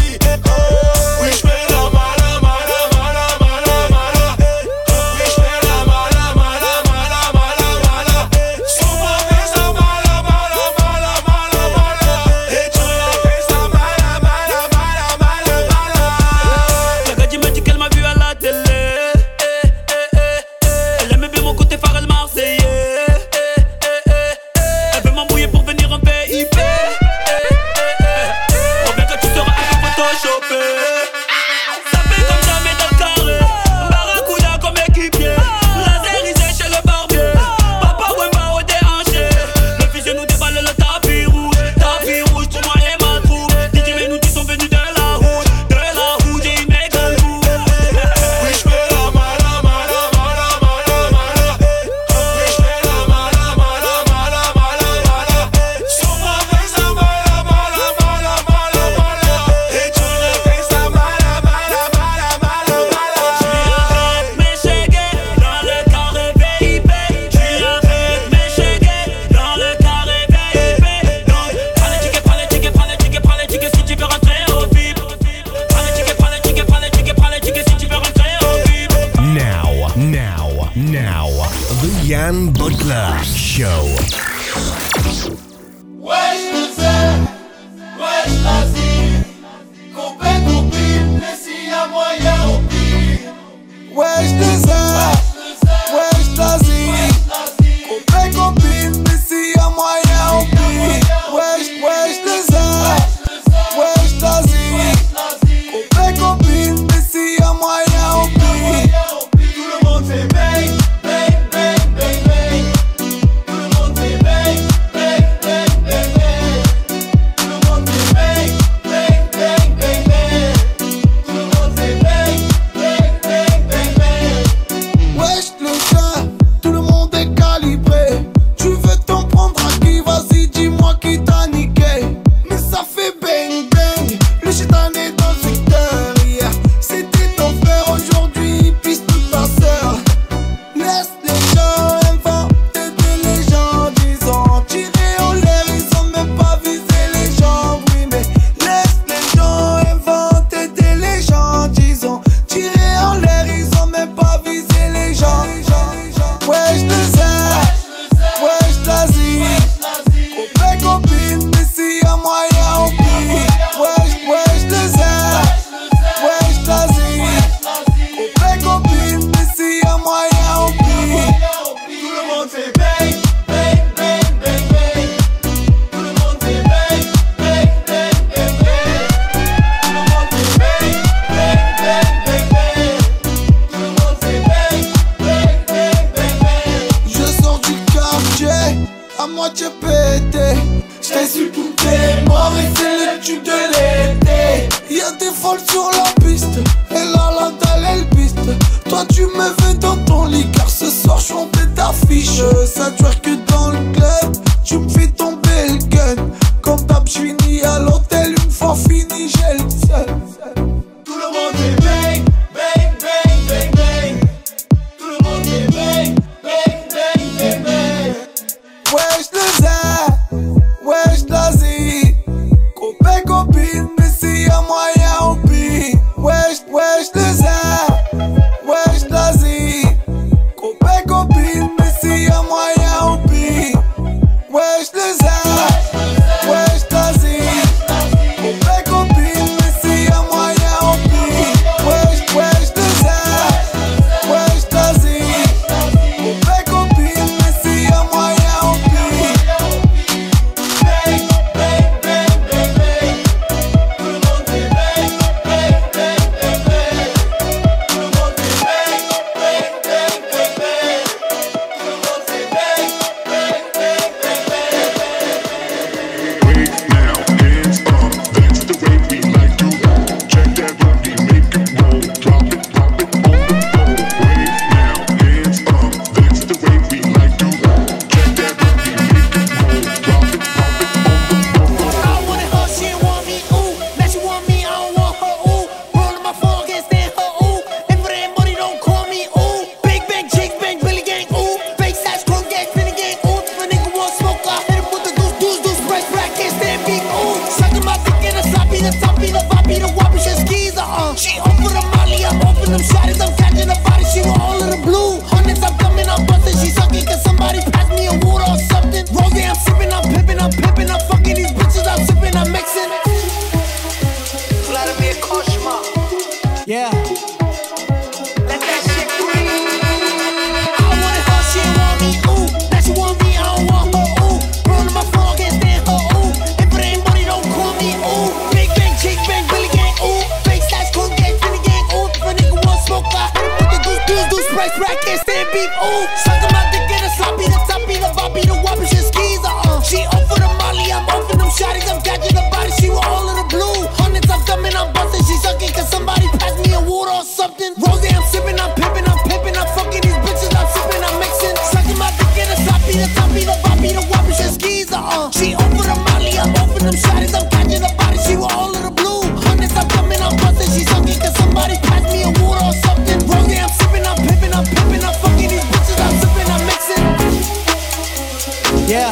Yann Butler Show. Bang, bang, bang, bang. Tout le monde fait bang, bang, bang. à twerker dans le club. Tu me fais tomber le gun. Comme d'hab, j'finis à l'hôtel. Une fois fini, j'ai le seul. Tout le monde est bang, bang, bang, bang, bang. Tout le monde est bang, bang, bang, bang, bang. Wesh le zè, wesh la zi. Copain, copine, mais si y'a moyen on pille. Wesh le zè, wesh la zi. Copain, copine, mais si y'a moyen on pille. Wesh le zè, wesh la zi. Copain, copine, mais si y'a moyen on pille. Wesh le zè, wesh la zi. Copain, copine, mais si y'a moyen on pille. Bang, bang, bang, bang, bang. Tout le monde est bang, bang, bang, bang, bang. Tout le monde est bang, bang, bang, bang, bang. Tout le monde est bang, bang, bang, bang, bang. Wait now, hands up, that's the way we like to roll. Check that booty, make it roll. Drop it on the floor. Wait now, hands up, that's the way we like to roll. Check that booty, make it roll. Drop it on the floor. I wanted her, she didn't want me, ooh. Now she want me, I don't want her, ooh. Rolling my phone, can't stand her, ooh. If it ain't money, don't call me, ooh. Big bang, chicks, bang, Billy gang, ooh. Fake size, chrome gang, spinning gang, ooh. If a nigga want smoke, I hit him with the deuce, price, rack, can't stand beat, ooh. Sucking my dick in the sloppy, the toppy, the boppy, the whoppy, shit skis, She open the molly, I'm open them shotties, I'm catching the body, she want all of the blue. Hundreds, I'm coming, I'm busting, she sucking, cause somebody pass me a water or something. Rose, I'm sipping, I'm pimping, I'm fucking these bitches, I'm sipping, I'm mixing. Vladimir Koshma. Yeah. Let that shit breathe. I wanted her, she didn't want me, ooh. Now she want me, I don't want her, ooh. Rolling my phone, can't stand her, ooh. If it ain't money, don't call me, ooh. Big bang, chick, bang, Billy gang, ooh. Fake size, cool gang, spinning gang, ooh. If a nigga want smoke, I hit him with the deuce, price, rack, can't stand beef, ooh. Sucking my dick in the sloppy, the toppy, the boppy, the whoppy, shit skis, She open the molly, I'm open them shotties, I'm catching the body, she want all of the blue. Hundreds, I'm coming, I'm busting, she sucking, cause somebody pass me a water or something. Rose, I'm sipping, I'm pimping, I'm fucking these bitches, I'm sipping, I'm mixing. Sucking my dick in the sloppy, the toppy, the boppy, the whoppy, shit skis, She open the molly, I'm open them shotties, I'm catching the body, she want all of the blue. Hundreds, I'm coming, I'm busting, she sucking, cause somebody pass me a water or something. Rose, I'm sipping, I'm pimping, I'm fucking these bitches, I'm sipping, I'm mixing. Yeah.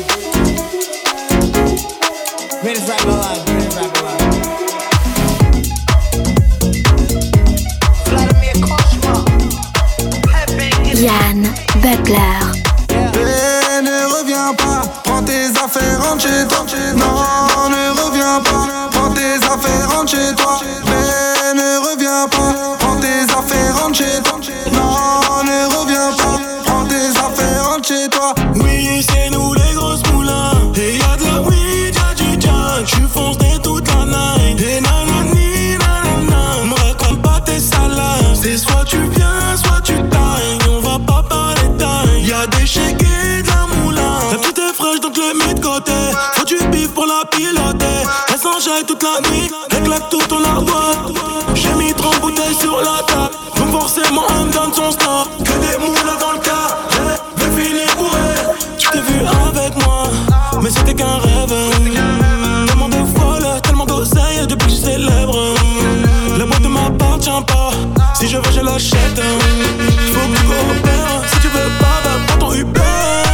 Greatest rapper alive, greatest rapper alive. Vladimir Koshma. Yann Butler. Et ne reviens pas, prends tes affaires, rentre chez toi. Non, ne reviens pas, prends tes affaires, rentre chez toi. Mais ne reviens pas, prends tes affaires, rentre chez toi. Non, ne reviens pas, prends tes affaires, rentre chez toi. Oui, c'est nous les grosses moulins. Et y'a de la weed, y'a du jack. J'suis foncé toute la night. Et nanani, nanana. Me raconte pas tes salades. C'est soit tu viens, soit tu tailles. On va pas parler taille. Y'a des shakes et de la moulin. La petite est fraîche donc le mets de côté. Faut du bif pour la piloter. Elle s'enjaille toute la nuit. Elle claque tout dans la boîte. J'ai mis 30 bouteilles sur la table. Donc forcément elle me donne son stop. Que des moulins dans le cas. J'ai fini bourré. Tu t'es vu avec moi, mais c'était qu'un rêve. Tellement de folle, tellement d'oseille depuis que je suis célèbre. La boîte ne m'appartient pas. Si je veux je l'achète. Faut que tu coopères. Si tu veux pas, bah prends ton Uber.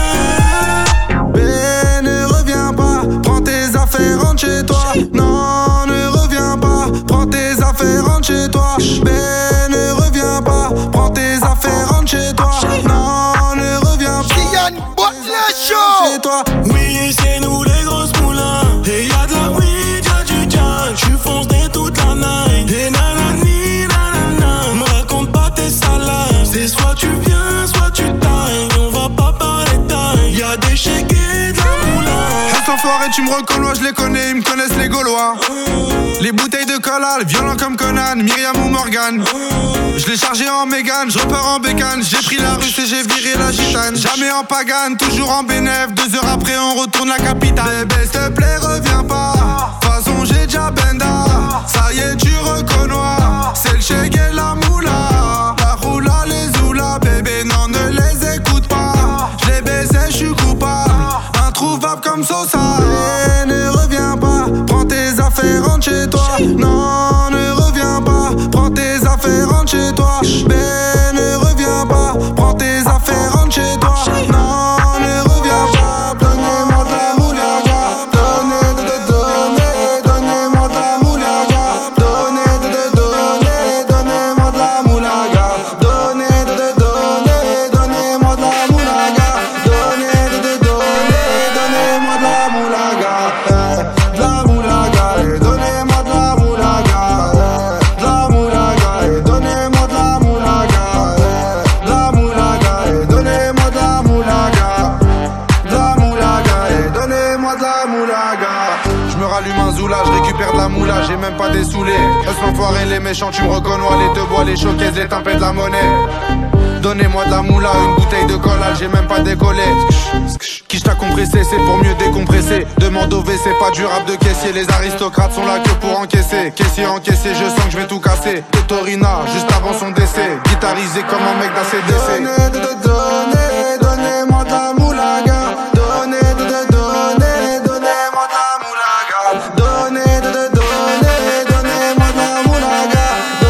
Mais ne reviens pas, prends tes affaires, rentre chez toi. Non, ne reviens pas, prends tes affaires, rentre chez toi. Mais ne reviens pas, prends tes affaires, rentre chez toi. Non, ne reviens pas, Yann Butler Show. chez toi. Oui, c'est nous les grosses moulins. Et y'a de la weed, y'a du jack. J'suis foncé toute la night. Et nanani, nanana. Me raconte pas tes salades. C'est soit tu viens, soit tu tailles. On va pas parler taille. Y'a des shakes et de la moulin. Reste enfoiré, tu me reconnais, je les connais, ils me connaissent les Gaulois. Les bouteilles de cola, violent comme Conan, Myriam ou Morgan. Je l'ai chargé en Mégane, je repars en bécane. J'ai pris la russe et j'ai viré la gitane. Jamais en pagane, toujours en bénéf. 2 heures après on retourne la capitale. Bébé s'il te plaît reviens pas. De toute façon j'ai déjà benda. Ça y est tu reconnais. C'est le chèque et la moula. La roula les oula. Bébé non ne les écoute pas. Je les baise fait rentrer chez toi. Non, ne reviens pas. Donnez-moi de la moulaga. Donnez-moi de la moulaga. Donnez-moi de la moulaga. Donnez-moi de la moulaga. Donnez-moi de la moulaga. De la moulaga. Donnez-moi de la moulaga. De la moulaga. Donnez-moi de la moulaga. De la moulaga. Donnez-moi de la moulaga. De la moulaga. Donnez-moi de la moulaga. Je me rallume un zoula, je récupère de la moula, j'ai même pas des saoulés. Eux l'enfoiré, les méchants, tu me reconnais, les te bois, les showcases, les tempêtes de la monnaie. Donnez-moi de la moula, une bouteille de collal, j'ai même pas décollé. Qui t'a compressé, c'est pour mieux décompresser. Demande au WC, pas du rap de caissier. Les aristocrates sont là que pour encaisser. Caissier encaissé, je sens que je vais tout casser. Totorina, juste avant son décès. Guitarisé comme un mec d'ACDC. Donnez-moi de la moulaga. Donnez-moi de la moulaga. Donnez-moi de la moulaga.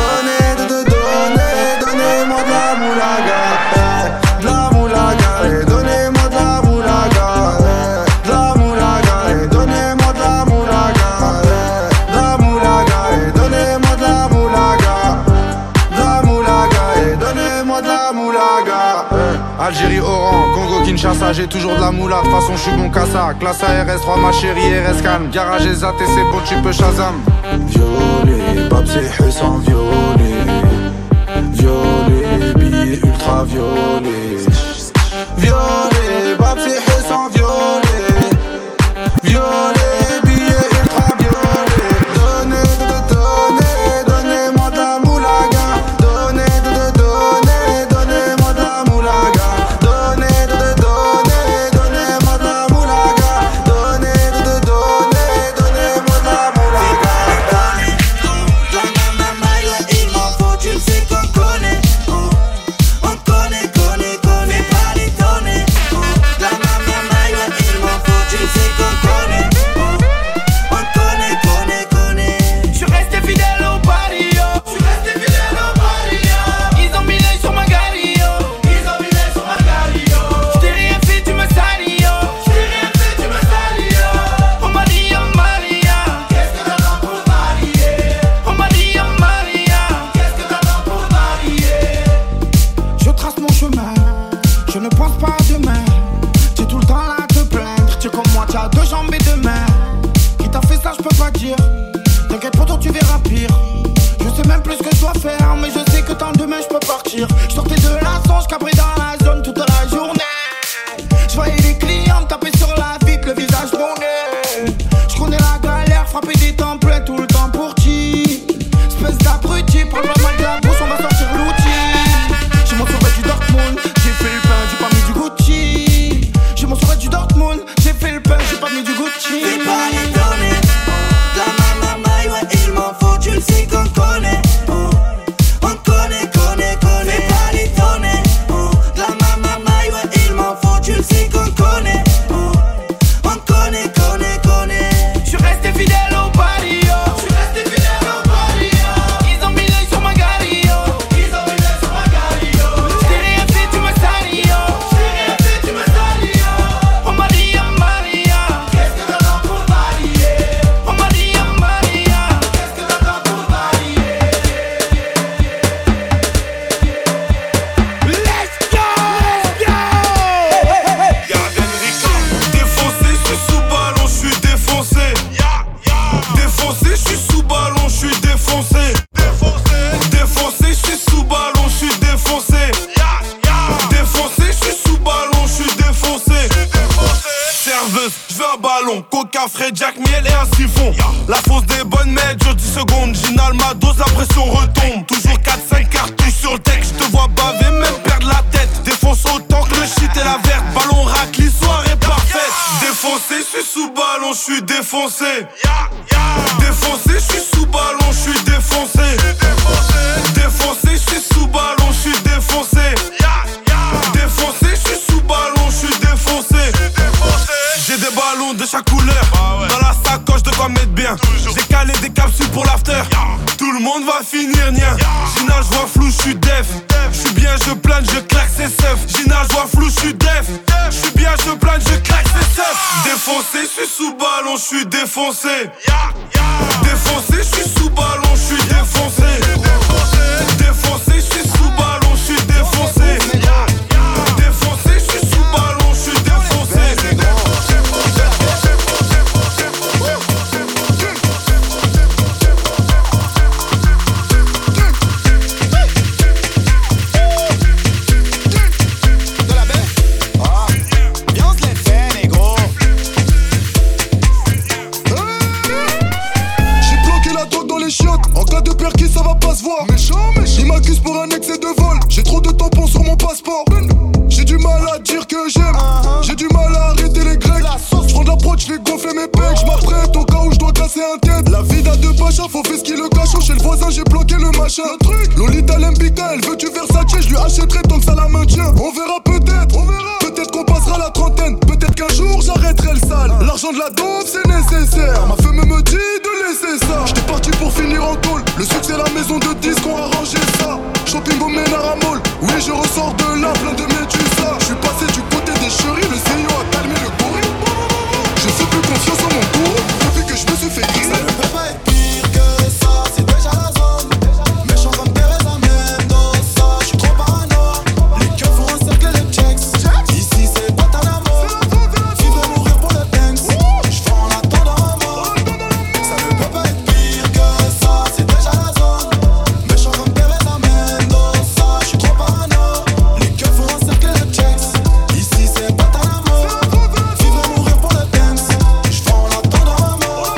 Donnez-moi de la moulaga. De la moulaga. Donnez-moi de la moulaga. De la moulaga. Donnez-moi de la moulaga. De la moulaga. Donnez-moi de la moulaga. De la moulaga. Donnez-moi de la moulaga. Algérie, Oran, Congo, Kinshasa, j'ai toujours de la moula. De façon, je suis bon qu'à ça. Classe à RS3, ma chérie, RS calme. Garage et Zat, et c'est bon, tu peux Shazam. Violet, Bab c'est Hussan violet. Violet, billet ultra violet. Violet, Bab c'est Hussan violet. Violet, billet ultra violet. Donnez-moi de la moulaga. Donnez-moi de la moulaga. Donnez-moi de la moulaga. Donnez-moi de la moulaga. Il m'en faut, tu le sais qu'on connaît. On connaît, mais pas les donner. La maman, il m'en faut, tu le sais qu'on connaît. On connaît. Je suis resté fidèle au barrio. Ils ont mis l'œil sur ma gario. Je t'ai rien fait, tu me salis. Oh Maria, qu'est-ce que t'attends pour varier? Oh Maria, qu'est-ce que t'attends pour varier? Je trace mon chemin, je ne pense pas à demain. T'es tout le temps là à te plaindre. T'es comme moi, t'as deux jambes et deux mains. Qui t'a fait ça, je peux pas dire. T'inquiète, pourtant tu verras pire. Je sais même plus ce que je dois faire, mais je sais que tant demain je peux partir. Je sortais de la songe, cabré dans la zone toute la journée. Je voyais les clients me taper sur la vitre, le visage tourné. Je connais la galère, frapper des temps pleins tout le temps pour qui? Espèce d'abruti, parle-moi mal de la bouche, on va sortir l'outil. J'ai mon sourire du Dortmund, j'ai fait le pain, j'ai pas mis du Gucci. J'ai mon sourire du Dortmund, j'ai fait le pain, j'ai pas mis du Gucci. Fais pas les donner. La maman, il m'en faut, tu le sais qu'on connaît. On connaît. Fais pas les donner. La maman, il m'en faut, tu le sais qu'on connaît. On connaît. Je suis resté fidèle au barrio. Ils ont mis l'œil sur ma gario. Je t'ai rien fait, tu me salis. Oh Maria, qu'est-ce que t'attends pour varier? Oh Maria, qu'est-ce que t'attends pour varier? Let's go! Défoncé, je suis sous ballon, je suis défoncé. Défoncé, je suis sous ballon, je suis défoncé. Défoncé, je suis sous ballon, je suis défoncé. Défoncé, je suis sous ballon, je suis défoncé. Serveuse, je veux un ballon, coca frais, Jack miel et un siphon. La fosse des bonnes mètres, dure 10 secondes. J'inhale ma dose, la pression retombe. Toujours 4-5 cartouches sur le deck. Je te vois baver, même perdre la tête. Défonce autant que le shit et la verte. Ballon rack, l'histoire est parfaite. Défoncé, je suis sous ballon, je suis défoncé. Défoncé, je suis sous ballon, je suis défoncé. Défoncé, je suis sous ballon, je suis défoncé. Défoncé, je suis sous ballon, je suis défoncé. J'ai des ballons de chaque couleur. Dans la sacoche de quoi mettre bien. J'ai calé des capsules pour l'after. Tout le monde va finir, nien. Gina, je vois flou, je suis def. Je suis bien je plane, je claque ses seufs. Gina, je vois flou, je suis def. Je suis bien, je plane, je claque ses seufs. Défoncé, je suis sous ballon, je suis défoncé. Défoncé, je suis sous ballon, je suis défoncé. Défoncé, je suis sous ballon, je suis défoncé. Défoncé, je suis sous ballon, je suis défoncé. En cas de perquis ça va pas se voir. Il m'accuse pour un excès de vol. J'ai trop de tampons sur mon passeport. J'ai du mal à dire que j'aime. J'ai du mal à arrêter les grecs. J'prends de l'approche, j'fais gonfler mes pecs. J'm'apprête au cas où j'dois casser un tête. La vida de Pacha, faut faire ce qu'il le cache. Chez le voisin j'ai bloqué le machin. Lolita l'Mbika, elle veut du Versace. J'lui achèterai tant que ça la maintient. On verra peut-être. Peut-être qu'on passera la trentaine. Peut-être qu'un jour j'arrêterai le sale. L'argent de la dope c'est nécessaire. Ma femme me dit de laisser ça. J'étais parti pour finir en tôle. Le succès, la maison de disques ont arrangé ça. Shopping au Ménard à Mall. Oui, je ressors de là, plein de médusas. Je suis passé du côté des chéris. Le CEO a calmé le gorille. Je fais plus confiance en mon gourou. Depuis que je me suis fait griller. Ça ne peut pas être pire que ça. C'est déjà la zone. Méchant comme Teresa Mendoza. Je suis trop parano. Les keufs font encercler les checks. Ici c'est Guantanamo. Vivre et mourir pour le dance. Je fais en attendant un mort. Ça ne peut pas être pire que ça. C'est déjà la zone. Méchant comme Teresa Mendoza. Je suis trop parano. Les keufs font encercler les checks. Ici c'est Guantanamo. Vivre et mourir pour le dance. Je fais en attendant un mort.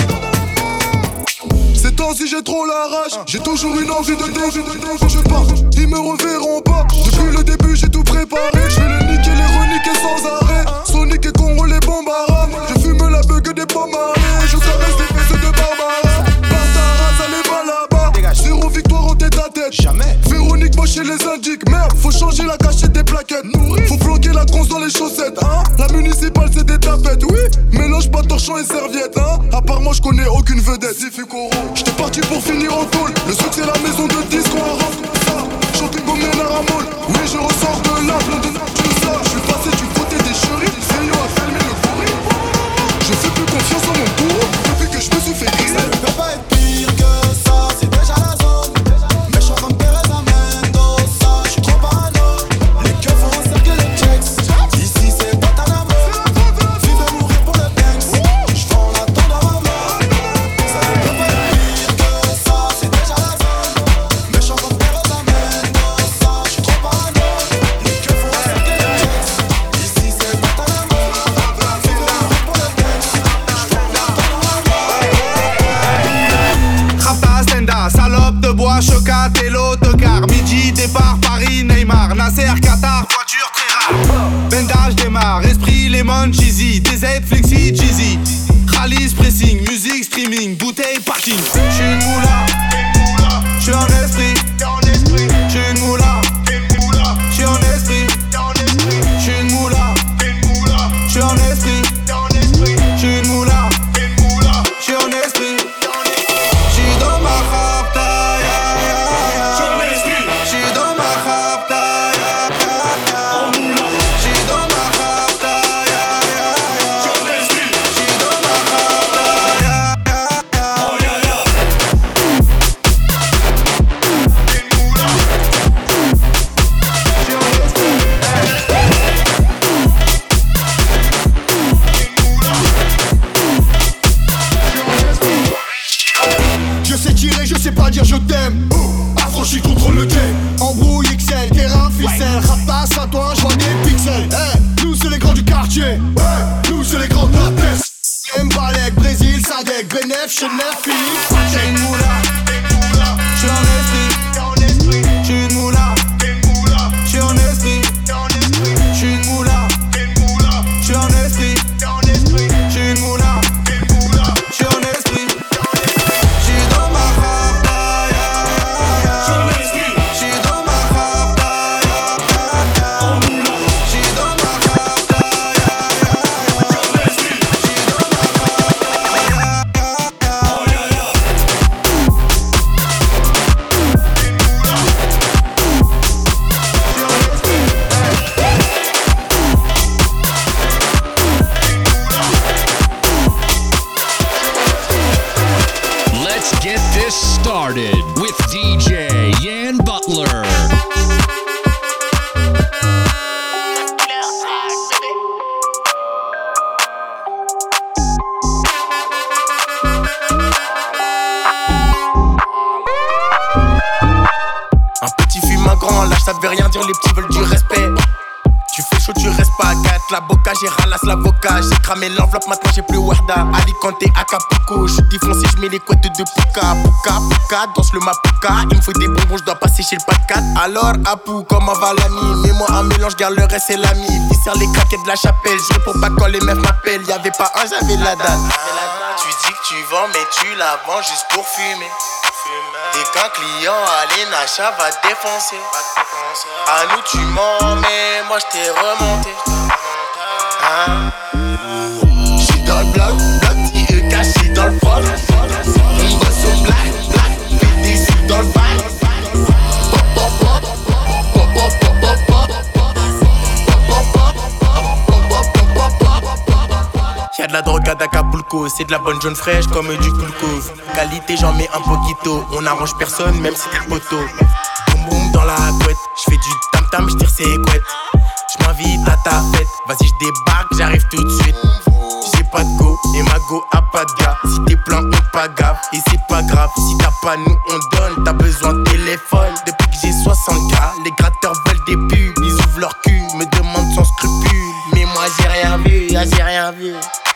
Ces temps-ci j'ai trop la rage. J'ai toujours une envie de danger. Je pars, ils me reverront pas. Depuis le début j'ai tout préparé. Je vais les niquer, les reniquer sans arrêt. Sonic et Congo, les bombes à rame. Je fume la beugue des pommes arrêt. Je caresse les fesses de Barbara. Par ta race, allez pas là-bas. Zéro victoire en tête à tête. Jamais. Véronique Bosch et les indiques. Merde, faut changer la cachette des plaquettes. Faut planquer la tronche dans les chaussettes, hein. La municipale c'est des tapettes, oui. Mélange pas torchon et serviette, hein. À part moi je connais aucune vedette. J'étais parti pour finir en tôle. Le succès, la maison de disques on arrange ça. Shopping au Ménard à Mall. Oui, je ressors de là, plein de tout ça. Je suis passé du côté des chéris. Le CEO a calmé le gorille. Je fais plus confiance en mon gourou. Depuis que je me suis fait griller. Ça ne peut pas être pire que ça. C'est déjà la zone. Méchant comme Teresa Mendoza. Je suis trop parano. Les keufs font encercler les checks. Ici c'est Guantanamo. Vivre et mourir pour le dance. Je fais en attendant un mort. Ça ne peut pas être pire que ça. C'est déjà la zone. Méchant comme Teresa Mendoza. Je suis trop parano. Les keufs font encercler les checks. Ici c'est Guantanamo. Vivre et mourir pour le dance. Je fais en attendant un mort. Rapta, Stenda, salope de bois, chocat et l'autocar. Midi, départ, Paris, Neymar, Nasser, Qatar, voiture très rare. Bendage démarre, esprit, lemon, cheesy, DZ, flexi, cheesy. Rallye, pressing, musique, streaming, bouteille, parking. J'suis une moula, j'suis en esprit. J'suis une moula, j'suis en esprit. J'suis une moula, j'suis en esprit. J'suis une moula, j'suis en esprit. J'suis dans ma rapta, j'suis dans ma rapta, j'suis dans ma rapta, j'suis dans ma Je sais tirer, je sais pas dire je t'aime. Affranchi contre le game. Embrouille XL, terrain, ficelle. Rapace à toi, je vois des pixels. Hey, nous c'est les grands du quartier. Hey, nous c'est les grands de la tête. Mbalek, Brésil, Sadek, Benef, Chenef, Philippe. J'ai une moula, j'suis en esprit. J'suis une moula, j'suis en esprit. J'suis une moula, j'suis en esprit. J'suis une moula, j'suis en esprit. J'suis dans ma rapta, j'suis dans ma rapta, j'suis dans ma rapta, j'suis dans ma rapta. attention, les petits veulent du respect. Tu fais chaud, tu restes pas à 4. La boca, j'ai ralasse l'avocat. J'ai cramé l'enveloppe, maintenant j'ai plus Warda. Alicante, Acapulco. Je suis défoncé, je mets les couettes de Puka. Puka, danse le Mapuka. Il me faut des bonbons, je dois passer chez le pas de 4. Alors, Apu, comment va l'ami? Mets-moi un mélange, garde le reste, c'est l'ami. Viscère les craquettes de la chapelle. Je réponds pas quand les meufs m'appellent. Y'avait pas un, j'avais la dalle. Tu dis que tu vends, mais tu la vends juste pour fumer. Dès qu'un client à l'Enacha va défoncer. À nous tu mens, mais moi je t'ai remonté. J'suis dans le bloc, IE caché dans le front. On bosse au black, fait des sous dans le bail. Y'a de la drogue à Acapulco, c'est de la bonne jaune fraîche comme du glucose. Qualité, j'en mets un poquito. On arrange personne, même si t'es le poteau. Boum boum dans la couette, j'fais du tam-tam, j'tire ses couettes. J'm'invite à ta fête, vas-y j'débarque, j'arrive tout de suite. J'ai pas de go, et ma go a pas de gars. Si t'es plein, on pas gaffe, et c'est pas grave. Si t'as pas, nous on donne, t'as besoin de téléphone. Depuis que j'ai 60K, les gratteurs veulent des pubs. Ils ouvrent leur cul, me demandent sans scrupule. Mais moi j'ai rien vu, j'ai rien vu.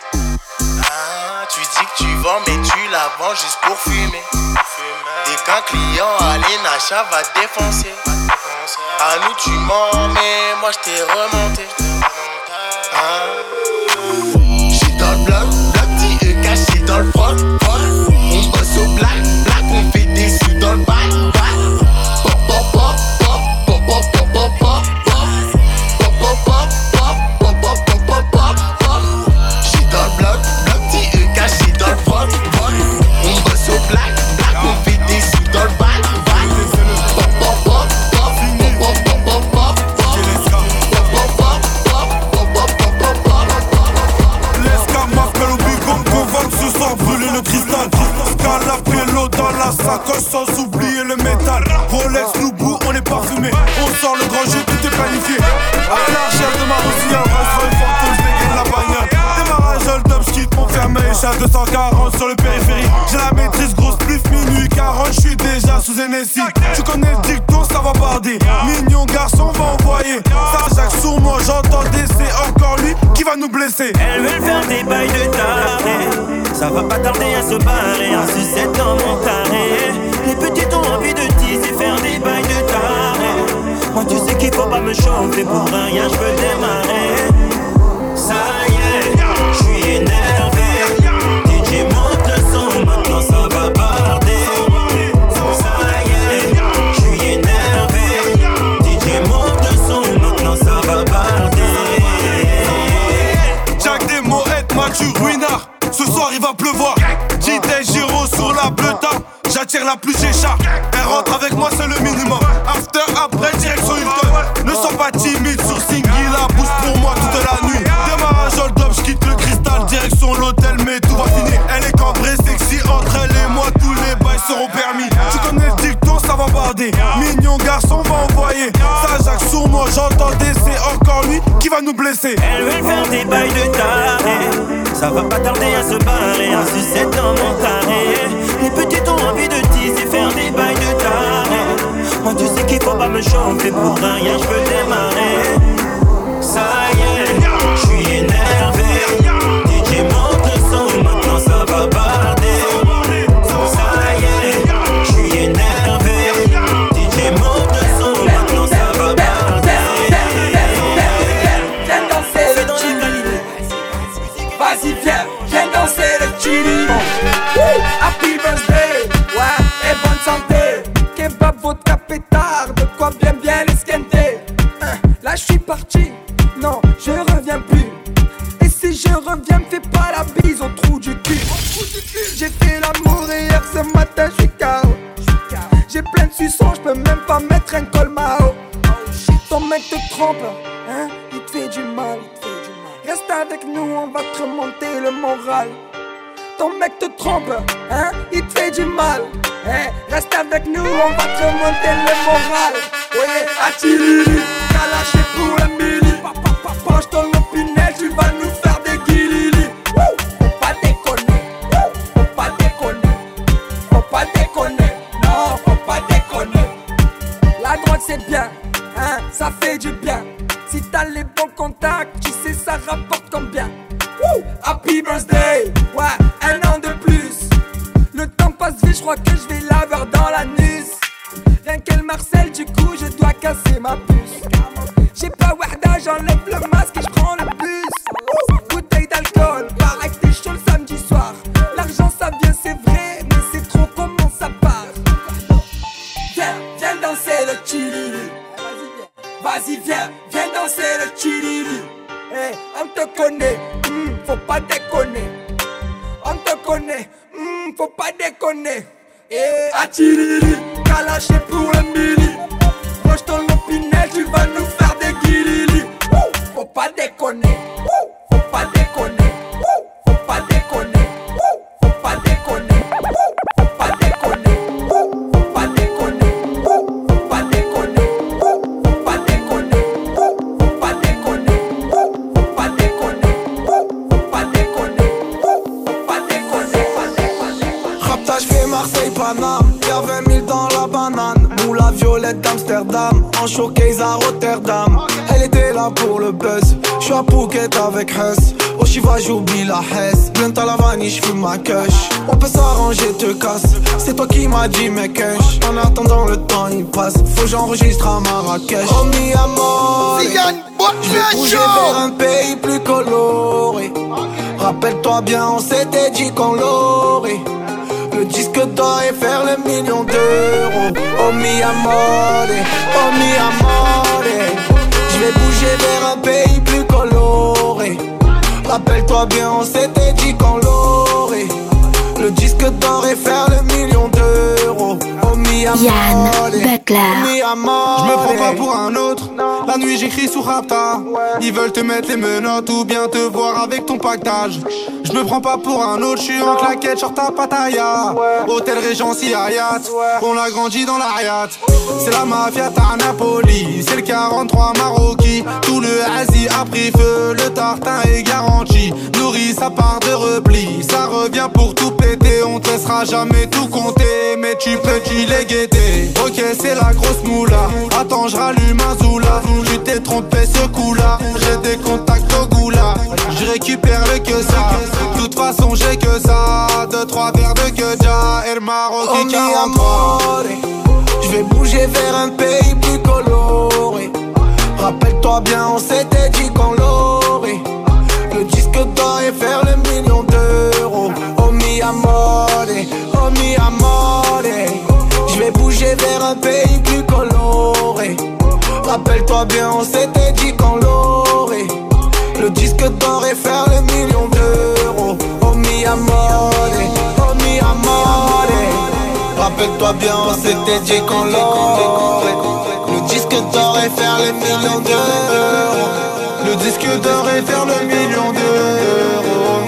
Tu dis que tu vends, mais tu la vends juste pour fumer. Dès qu'un client à l'Enacha va défoncer. À nous tu mens, mais moi je t'ai remonté. J'suis dans le bloc, IE caché dans le front. On bosse au black, on fait des sous dans le bail. J'suis dans le bloc, IE caché dans le front. On bosse au black, on fait des sous dans le bail. Ce soir brûler le cristal, Scalapello dans la sacoche sans oublier le métal. Rolex, Loubou, on est parfumé. On sort le grand jeu, tout est planifié. À l'arrière de ma Rossignol, Rolls-Royce, Phantom, je dégaine la bagnole. Démarrage hold up, j'quitte mon fermé, échappe 240 sur le périphérique. J'ai la maîtrise, grosse plus minuit 40, j'suis déjà sous Hennessy. Tu connais le dicton, ça va barder. Mignon garçon, va envoyer. Ça Jacques sur moi, j'entendais, c'est encore lui qui va nous blesser. Elle veut faire des bails de taré. Ça va pas tarder à se barrer, un sucette dans mon carré. Les petites ont envie de teaser, faire des bails de taré. Moi tu sais qu'il faut pas me chauffer, pour rien je peux démarrer. Ça y est, j'suis énervé. DJ monte le son, maintenant ça va barder. Ça y est, j'suis énervé. DJ monte le son, maintenant ça va barder. Jacques des Moët, Mathieu Ruinard. Ce soir il va pleuvoir. JT Giro sur la bleuta. J'attire la pluie, j'écharpe. Elle rentre avec moi, c'est le minimum. After, après, direction Hilton. Ne sois pas timide sur Singy, la bouche pour moi toute la nuit. Démarrage hold up, j'quitte le cristal. Direction l'hôtel, mais tout va finir. Elle est cambrée, sexy, entre elle et moi, tous les bails seront permis. Tu connais le dicton, ça va barder. Mignon garçon, va envoyer. Ça Jacques sur moi, j'entendais, c'est encore lui qui va nous blesser. Elle veut faire des bails de taré. Ça va pas tarder à se barrer, un sucette dans mon carré. Les petites ont envie de teaser, faire des bails de taré. Moi tu sais qu'il faut pas me chauffer, pour rien je peux démarrer. Ça y est, j'suis énervé. DJ monte le son, maintenant ça va barder. Ça y est, j'suis énervé. DJ monte le son, maintenant ça va barder. Viens danser le chili. Vas-y viens danser le chili. Happy birthday, ouais, et bonne santé. Kebab, vodka, pétard, de quoi bien l'esquenter. Là je suis parti, non je reviens plus. Et si je reviens, me fais pas la bise au trou du cul. J'ai fait l'amour hier ce matin, je suis KO. J'ai plein de suçons, je peux même pas mettre un col Mao. Ton mec te trompe, hein, il te fait du mal. Reste avec nous, on va te remonter le moral. Ton mec te trompe, hein, il te fait du mal. Hein, reste avec nous, on va te remonter le moral. Ouais, Achille, t'as lâché pour la mili. Penche ton opinel, tu vas nous faire des guilili. Faut pas déconner, faut pas déconner. Faut pas déconner, non, faut pas déconner. La drogue c'est bien, hein, des bons contacts, tu sais ça rapporte combien? Happy birthday, ouais, un an de plus. Le temps passe vite, je crois que je vais l'avoir dans l'anus. Rien qu'elle Marcel, du coup je dois casser ma puce. J'ai pas Wahda, j'enlève le masque et je prends le bus. Bouteille d'alcool, paraît que t'es chaud le samedi soir. L'argent ça vient c'est vrai, mais c'est trop comment ça part. Viens, viens danser le chili. Vas-y viens, viens danser le chili. Hey, on te connaît, faut pas déconner. On te connaît, faut pas déconner. Eh, Achiriri, t'as lâché pour le mili. Proche ton opinel, tu vas nous faire des guilili. Faut pas déconner, faut pas déconner. Faut pas déconner, faut pas déconner. Faut pas déconner, faut pas déconner. Faut pas déconner, faut pas déconner. Faut pas déconner, faut pas déconner. Faut pas déconner, faut pas déconner. Rapta, j'fais Marseille, Paname. Y'a 20 000 dans la banane. Moule à violette d'Amsterdam. En showcase à Rotterdam. Elle était là pour le buzz. J'suis à Phuket avec Hess. Au Chiva j'oublie la Hesse. Blunte à la vanille, j'fume ma kush. On peut s'arranger, te casse. C'est toi qui m'as dit mes kush. En attendant le temps il passe. Faut j'enregistre à Marrakech. Oh mi amor, j'vais bouger vers un pays plus coloré. Rappelle-toi bien, on s'était dit qu'on l'aurait. Le disque d'or et faire le million d'euros. Oh mi amore, oh mi amore. J'vais bouger vers un pays plus coloré. Rappelle-toi bien, on s'était dit qu'on l'aurait. Le disque d'or et faire le million d'euros. Oh mi amore, Yann Butler. oh mi amore. Je me prends pas pour un autre. La nuit j'écris sous Rapta. Ils veulent te mettre les menottes ou bien te voir avec ton pactage. Je me prends pas pour un autre, je suis en claquette, short à Pattaya. Hôtel Regency Hayat, on a grandi dans l'Ariat. C'est la mafia à Napoli, c'est le 43 Maroki. Tout le Asie a pris feu, le tartin est garanti. Nourris sa part de repli, ça revient pour tout péter. On te laissera jamais tout compter, mais tu peux t'y les guetter. Ok c'est la grosse moula, attends je rallume un zoula. Tu t'es trompé ce coup là, j'ai des contacts au goula. Je récupère le que ça, de toute façon j'ai que ça. 2-3 verres de Kedja et le Maroc Oh mi amore, j'vais bouger vers un pays plus coloré. Rappelle-toi bien, on s'était dit qu'on l'aurait. Le disque d'or et faire le million d'euros. Oh mi amore, oh mi amore. J'vais bouger vers un pays plus coloré. Rappelle-toi bien, on s'était dit qu'on l'aurait. Le disque d'or et faire le million d'euros. Oh mi amore, oh mi amore. Rappelle-toi bien, on s'était dit qu'on l'aurait. Le disque d'or et faire le million d'euros. Le disque d'or et faire le million d'euros.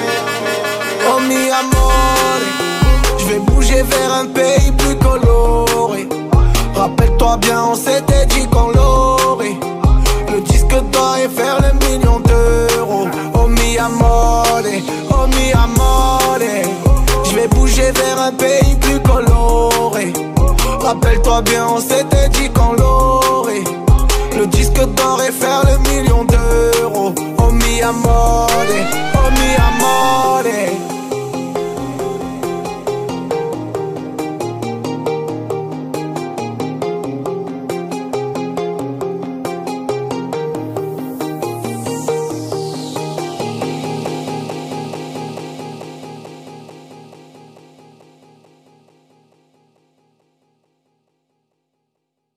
Oh mi amore, j'vais bouger vers un pays plus coloré. Rappelle-toi bien, on s'était dit qu'on l'aurait. Le disque d'or et faire le million d'euros. Oh mi amore, oh mi amore. J'vais bouger vers un pays plus coloré. Rappelle-toi bien, on s'était dit qu'on l'aurait. Le disque d'or et faire le million d'euros. Oh mi amore.